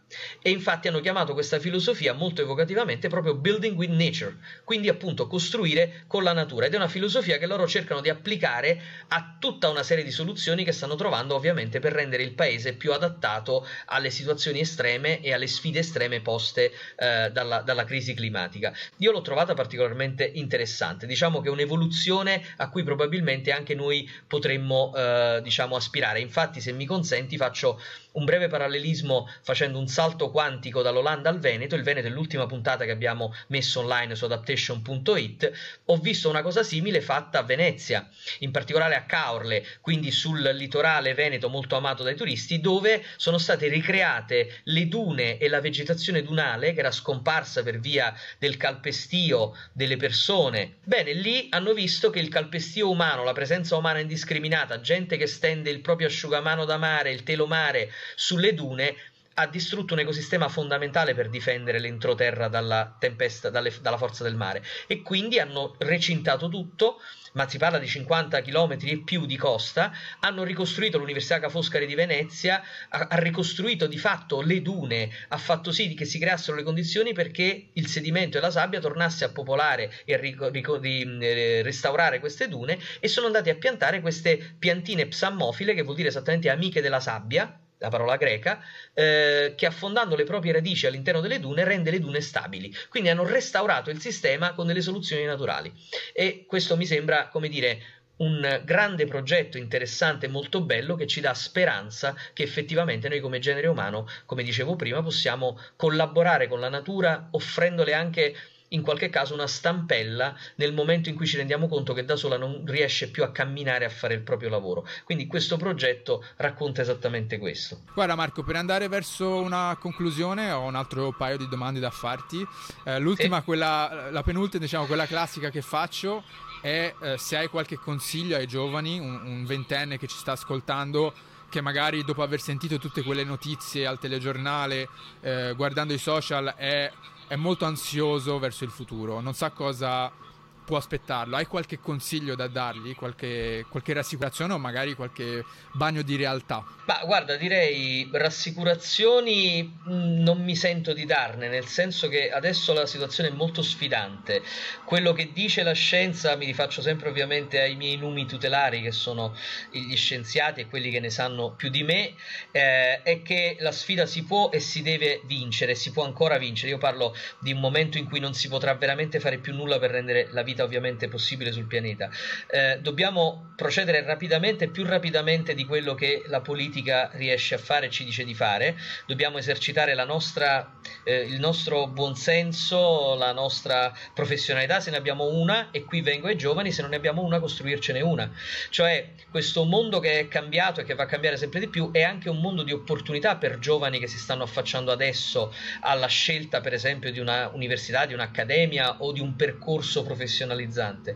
E infatti hanno chiamato questa filosofia molto evocativamente proprio building with nature, quindi appunto costruire con la natura, ed è una filosofia che loro cercano di applicare a tutta una serie di soluzioni che stanno trovando ovviamente per rendere il paese più adattato alle situazioni estreme e alle sfide estreme poste eh, dalla, dalla crisi climatica. Io l'ho trovata particolarmente interessante, diciamo che è un'evoluzione a cui probabilmente anche noi potremmo eh, diciamo aspirare. Infatti, se mi consenti, faccio un breve parallelismo facendo un salto quantico dall'Olanda al Veneto. Il Veneto è l'ultima puntata che abbiamo messo online su adaptation punto it. Ho visto una cosa simile fatta a Venezia, in particolare a Caorle, quindi sul litorale veneto molto amato dai turisti, dove sono state ricreate le dune e la vegetazione dunale che era scomparsa per via del calpestio delle persone. Bene, lì hanno visto che il calpestio umano, la presenza umana indiscriminata, gente che stende il proprio asciugamano da mare, il telomare sulle dune, ha distrutto un ecosistema fondamentale per difendere l'entroterra dalla tempesta, dalle, dalla forza del mare, e quindi hanno recintato tutto, ma si parla di cinquanta chilometri e più di costa. Hanno ricostruito l'Università Ca' Foscari di Venezia, ha, ha ricostruito di fatto le dune, ha fatto sì che si creassero le condizioni perché il sedimento e la sabbia tornasse a popolare e a rico, rico, di, eh, restaurare queste dune, e sono andati a piantare queste piantine psammofile, che vuol dire esattamente amiche della sabbia, la parola greca, eh, che affondando le proprie radici all'interno delle dune rende le dune stabili. Quindi hanno restaurato il sistema con delle soluzioni naturali, e questo mi sembra, come dire, un grande progetto interessante e molto bello, che ci dà speranza che effettivamente noi come genere umano, come dicevo prima, possiamo collaborare con la natura, offrendole anche in qualche caso una stampella nel momento in cui ci rendiamo conto che da sola non riesce più a camminare, a fare il proprio lavoro. Quindi questo progetto racconta esattamente questo. Guarda Marco, per andare verso una conclusione ho un altro paio di domande da farti. Eh, l'ultima, sì. quella, la penultima, diciamo, quella classica che faccio è eh, se hai qualche consiglio ai giovani, un, un ventenne che ci sta ascoltando, che magari dopo aver sentito tutte quelle notizie al telegiornale, eh, guardando i social, è è molto ansioso verso il futuro, non sa cosa può aspettarlo. Hai qualche consiglio da dargli, qualche, qualche rassicurazione o magari qualche bagno di realtà? Ma guarda, direi rassicurazioni mh, non mi sento di darne, nel senso che adesso la situazione è molto sfidante. Quello che dice la scienza, mi rifaccio sempre ovviamente ai miei numi tutelari, che sono gli scienziati e quelli che ne sanno più di me, eh, è che la sfida si può e si deve vincere, si può ancora vincere. Io parlo di un momento in cui non si potrà veramente fare più nulla per rendere la vita ovviamente possibile sul pianeta. Eh, dobbiamo procedere rapidamente, più rapidamente di quello che la politica riesce a fare, ci dice di fare. Dobbiamo esercitare la nostra, eh, il nostro buonsenso, la nostra professionalità, se ne abbiamo una, e qui vengo ai giovani, se non ne abbiamo una, costruircene una. Cioè, questo mondo che è cambiato e che va a cambiare sempre di più è anche un mondo di opportunità per giovani che si stanno affacciando adesso alla scelta, per esempio, di una università, di un'accademia o di un percorso professionalizzante.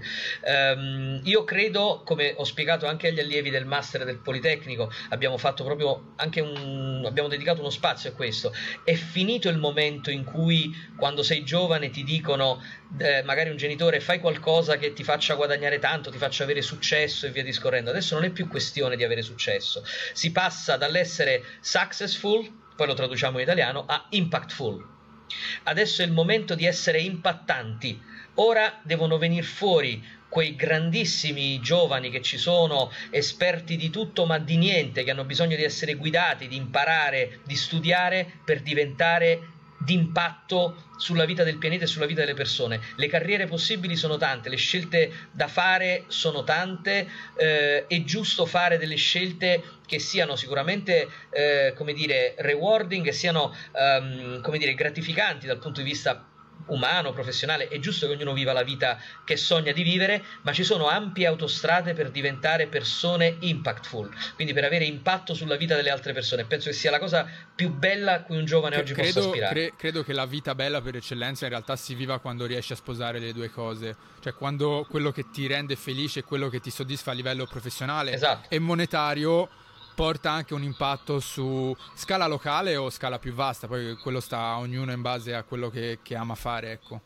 Um, io credo, come ho spiegato anche agli allievi del master del Politecnico, abbiamo fatto proprio anche un abbiamo dedicato uno spazio a questo. È finito il momento in cui, quando sei giovane, ti dicono eh, magari un genitore: fai qualcosa che ti faccia guadagnare tanto, ti faccia avere successo e via discorrendo. Adesso non è più questione di avere successo, si passa dall'essere successful, poi lo traduciamo in italiano, a impactful. Adesso è il momento di essere impattanti. Ora devono venire fuori quei grandissimi giovani che ci sono, esperti di tutto ma di niente, che hanno bisogno di essere guidati, di imparare, di studiare per diventare d'impatto sulla vita del pianeta e sulla vita delle persone. Le carriere possibili sono tante, le scelte da fare sono tante, eh, è giusto fare delle scelte che siano sicuramente eh, come dire rewarding, e siano um, come dire gratificanti dal punto di vista umano, professionale. È giusto che ognuno viva la vita che sogna di vivere, ma ci sono ampie autostrade per diventare persone impactful, quindi per avere impatto sulla vita delle altre persone. Penso che sia la cosa più bella a cui un giovane oggi credo, possa aspirare. Cre- credo che la vita bella per eccellenza in realtà si viva quando riesci a sposare le due cose, cioè quando quello che ti rende felice e quello che ti soddisfa a livello professionale, esatto, e monetario porta anche un impatto su scala locale o scala più vasta. Poi quello sta a ognuno in base a quello che, che ama fare, ecco.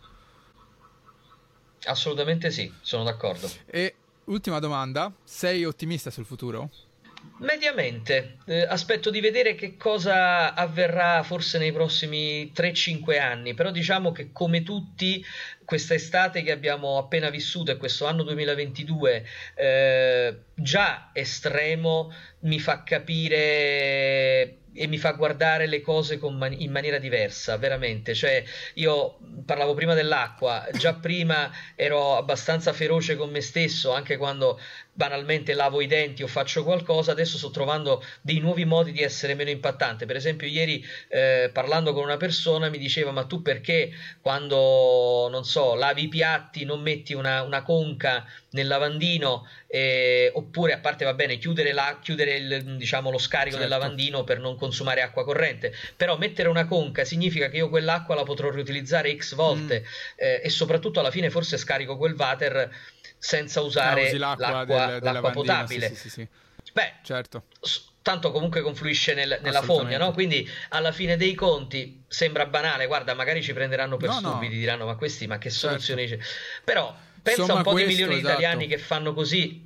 Assolutamente sì, sono d'accordo. E ultima domanda, sei ottimista sul futuro? Mediamente, eh, aspetto di vedere che cosa avverrà forse nei prossimi tre cinque anni, però diciamo che come tutti questa estate che abbiamo appena vissuto e questo anno duemilaventidue eh, già estremo mi fa capire e mi fa guardare le cose con man- in maniera diversa, veramente. Cioè, io parlavo prima dell'acqua, già prima ero abbastanza feroce con me stesso, anche quando banalmente lavo i denti o faccio qualcosa, adesso sto trovando dei nuovi modi di essere meno impattante. Per esempio, ieri eh, parlando con una persona mi diceva: ma tu perché quando, non so, lavi i piatti non metti una, una conca nel lavandino, eh, oppure, a parte va bene chiudere, la, chiudere il, diciamo, lo scarico Certo. del lavandino per non consumare acqua corrente, però mettere una conca significa che io quell'acqua la potrò riutilizzare x volte, Mm. eh, e soprattutto alla fine forse scarico quel water senza Ah, usare usi l'acqua l'acqua, del, del l'acqua lavandino, sì, potabile. sì, sì, sì. Beh, Certo, s- tanto comunque confluisce nel- nella fogna, no? assolutamente. Quindi alla fine dei conti sembra banale, guarda, magari ci prenderanno per No, stupidi, no, diranno: ma questi, ma che certo. soluzioni c'è? Però pensa un Insomma, po' di questo, milioni di italiani esatto, che fanno così,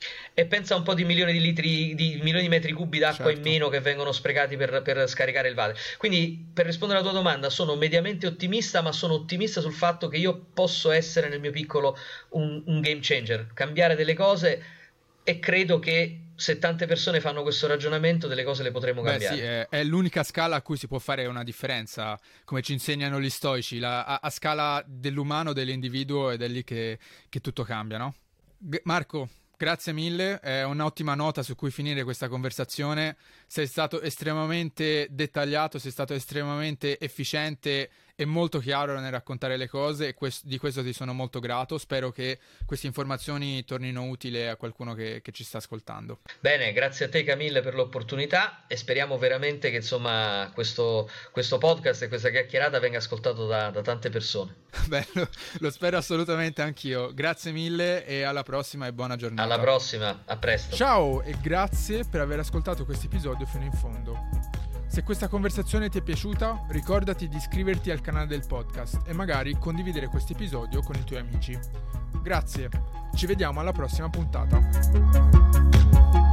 e pensa un po' di milioni di litri, di milioni di metri cubi d'acqua in certo. meno che vengono sprecati per, per scaricare il water. Quindi, per rispondere alla tua domanda, sono mediamente ottimista, ma sono ottimista sul fatto che io posso essere nel mio piccolo un, un game changer, cambiare delle cose, e credo che se tante persone fanno questo ragionamento, delle cose le potremo Beh, sì, cambiare. è, è l'unica scala a cui si può fare una differenza, come ci insegnano gli stoici, la- a, a scala dell'umano, dell'individuo, ed è lì che, che tutto cambia, no? G- Marco, grazie mille, è un'ottima nota su cui finire questa conversazione. Sei stato estremamente dettagliato, sei stato estremamente efficiente e molto chiaro nel raccontare le cose, e quest- di questo ti sono molto grato. Spero che queste informazioni tornino utili a qualcuno che, che ci sta ascoltando. Bene, grazie a te Camille per l'opportunità, e speriamo veramente che insomma questo, questo podcast e questa chiacchierata venga ascoltato da, da tante persone. Beh, lo, lo spero assolutamente anch'io. Grazie mille e alla prossima e buona giornata. Alla prossima, a presto. Ciao e grazie per aver ascoltato questo episodio fino in fondo. Se questa conversazione ti è piaciuta, ricordati di iscriverti al canale del podcast e magari condividere questo episodio con i tuoi amici. Grazie, ci vediamo alla prossima puntata.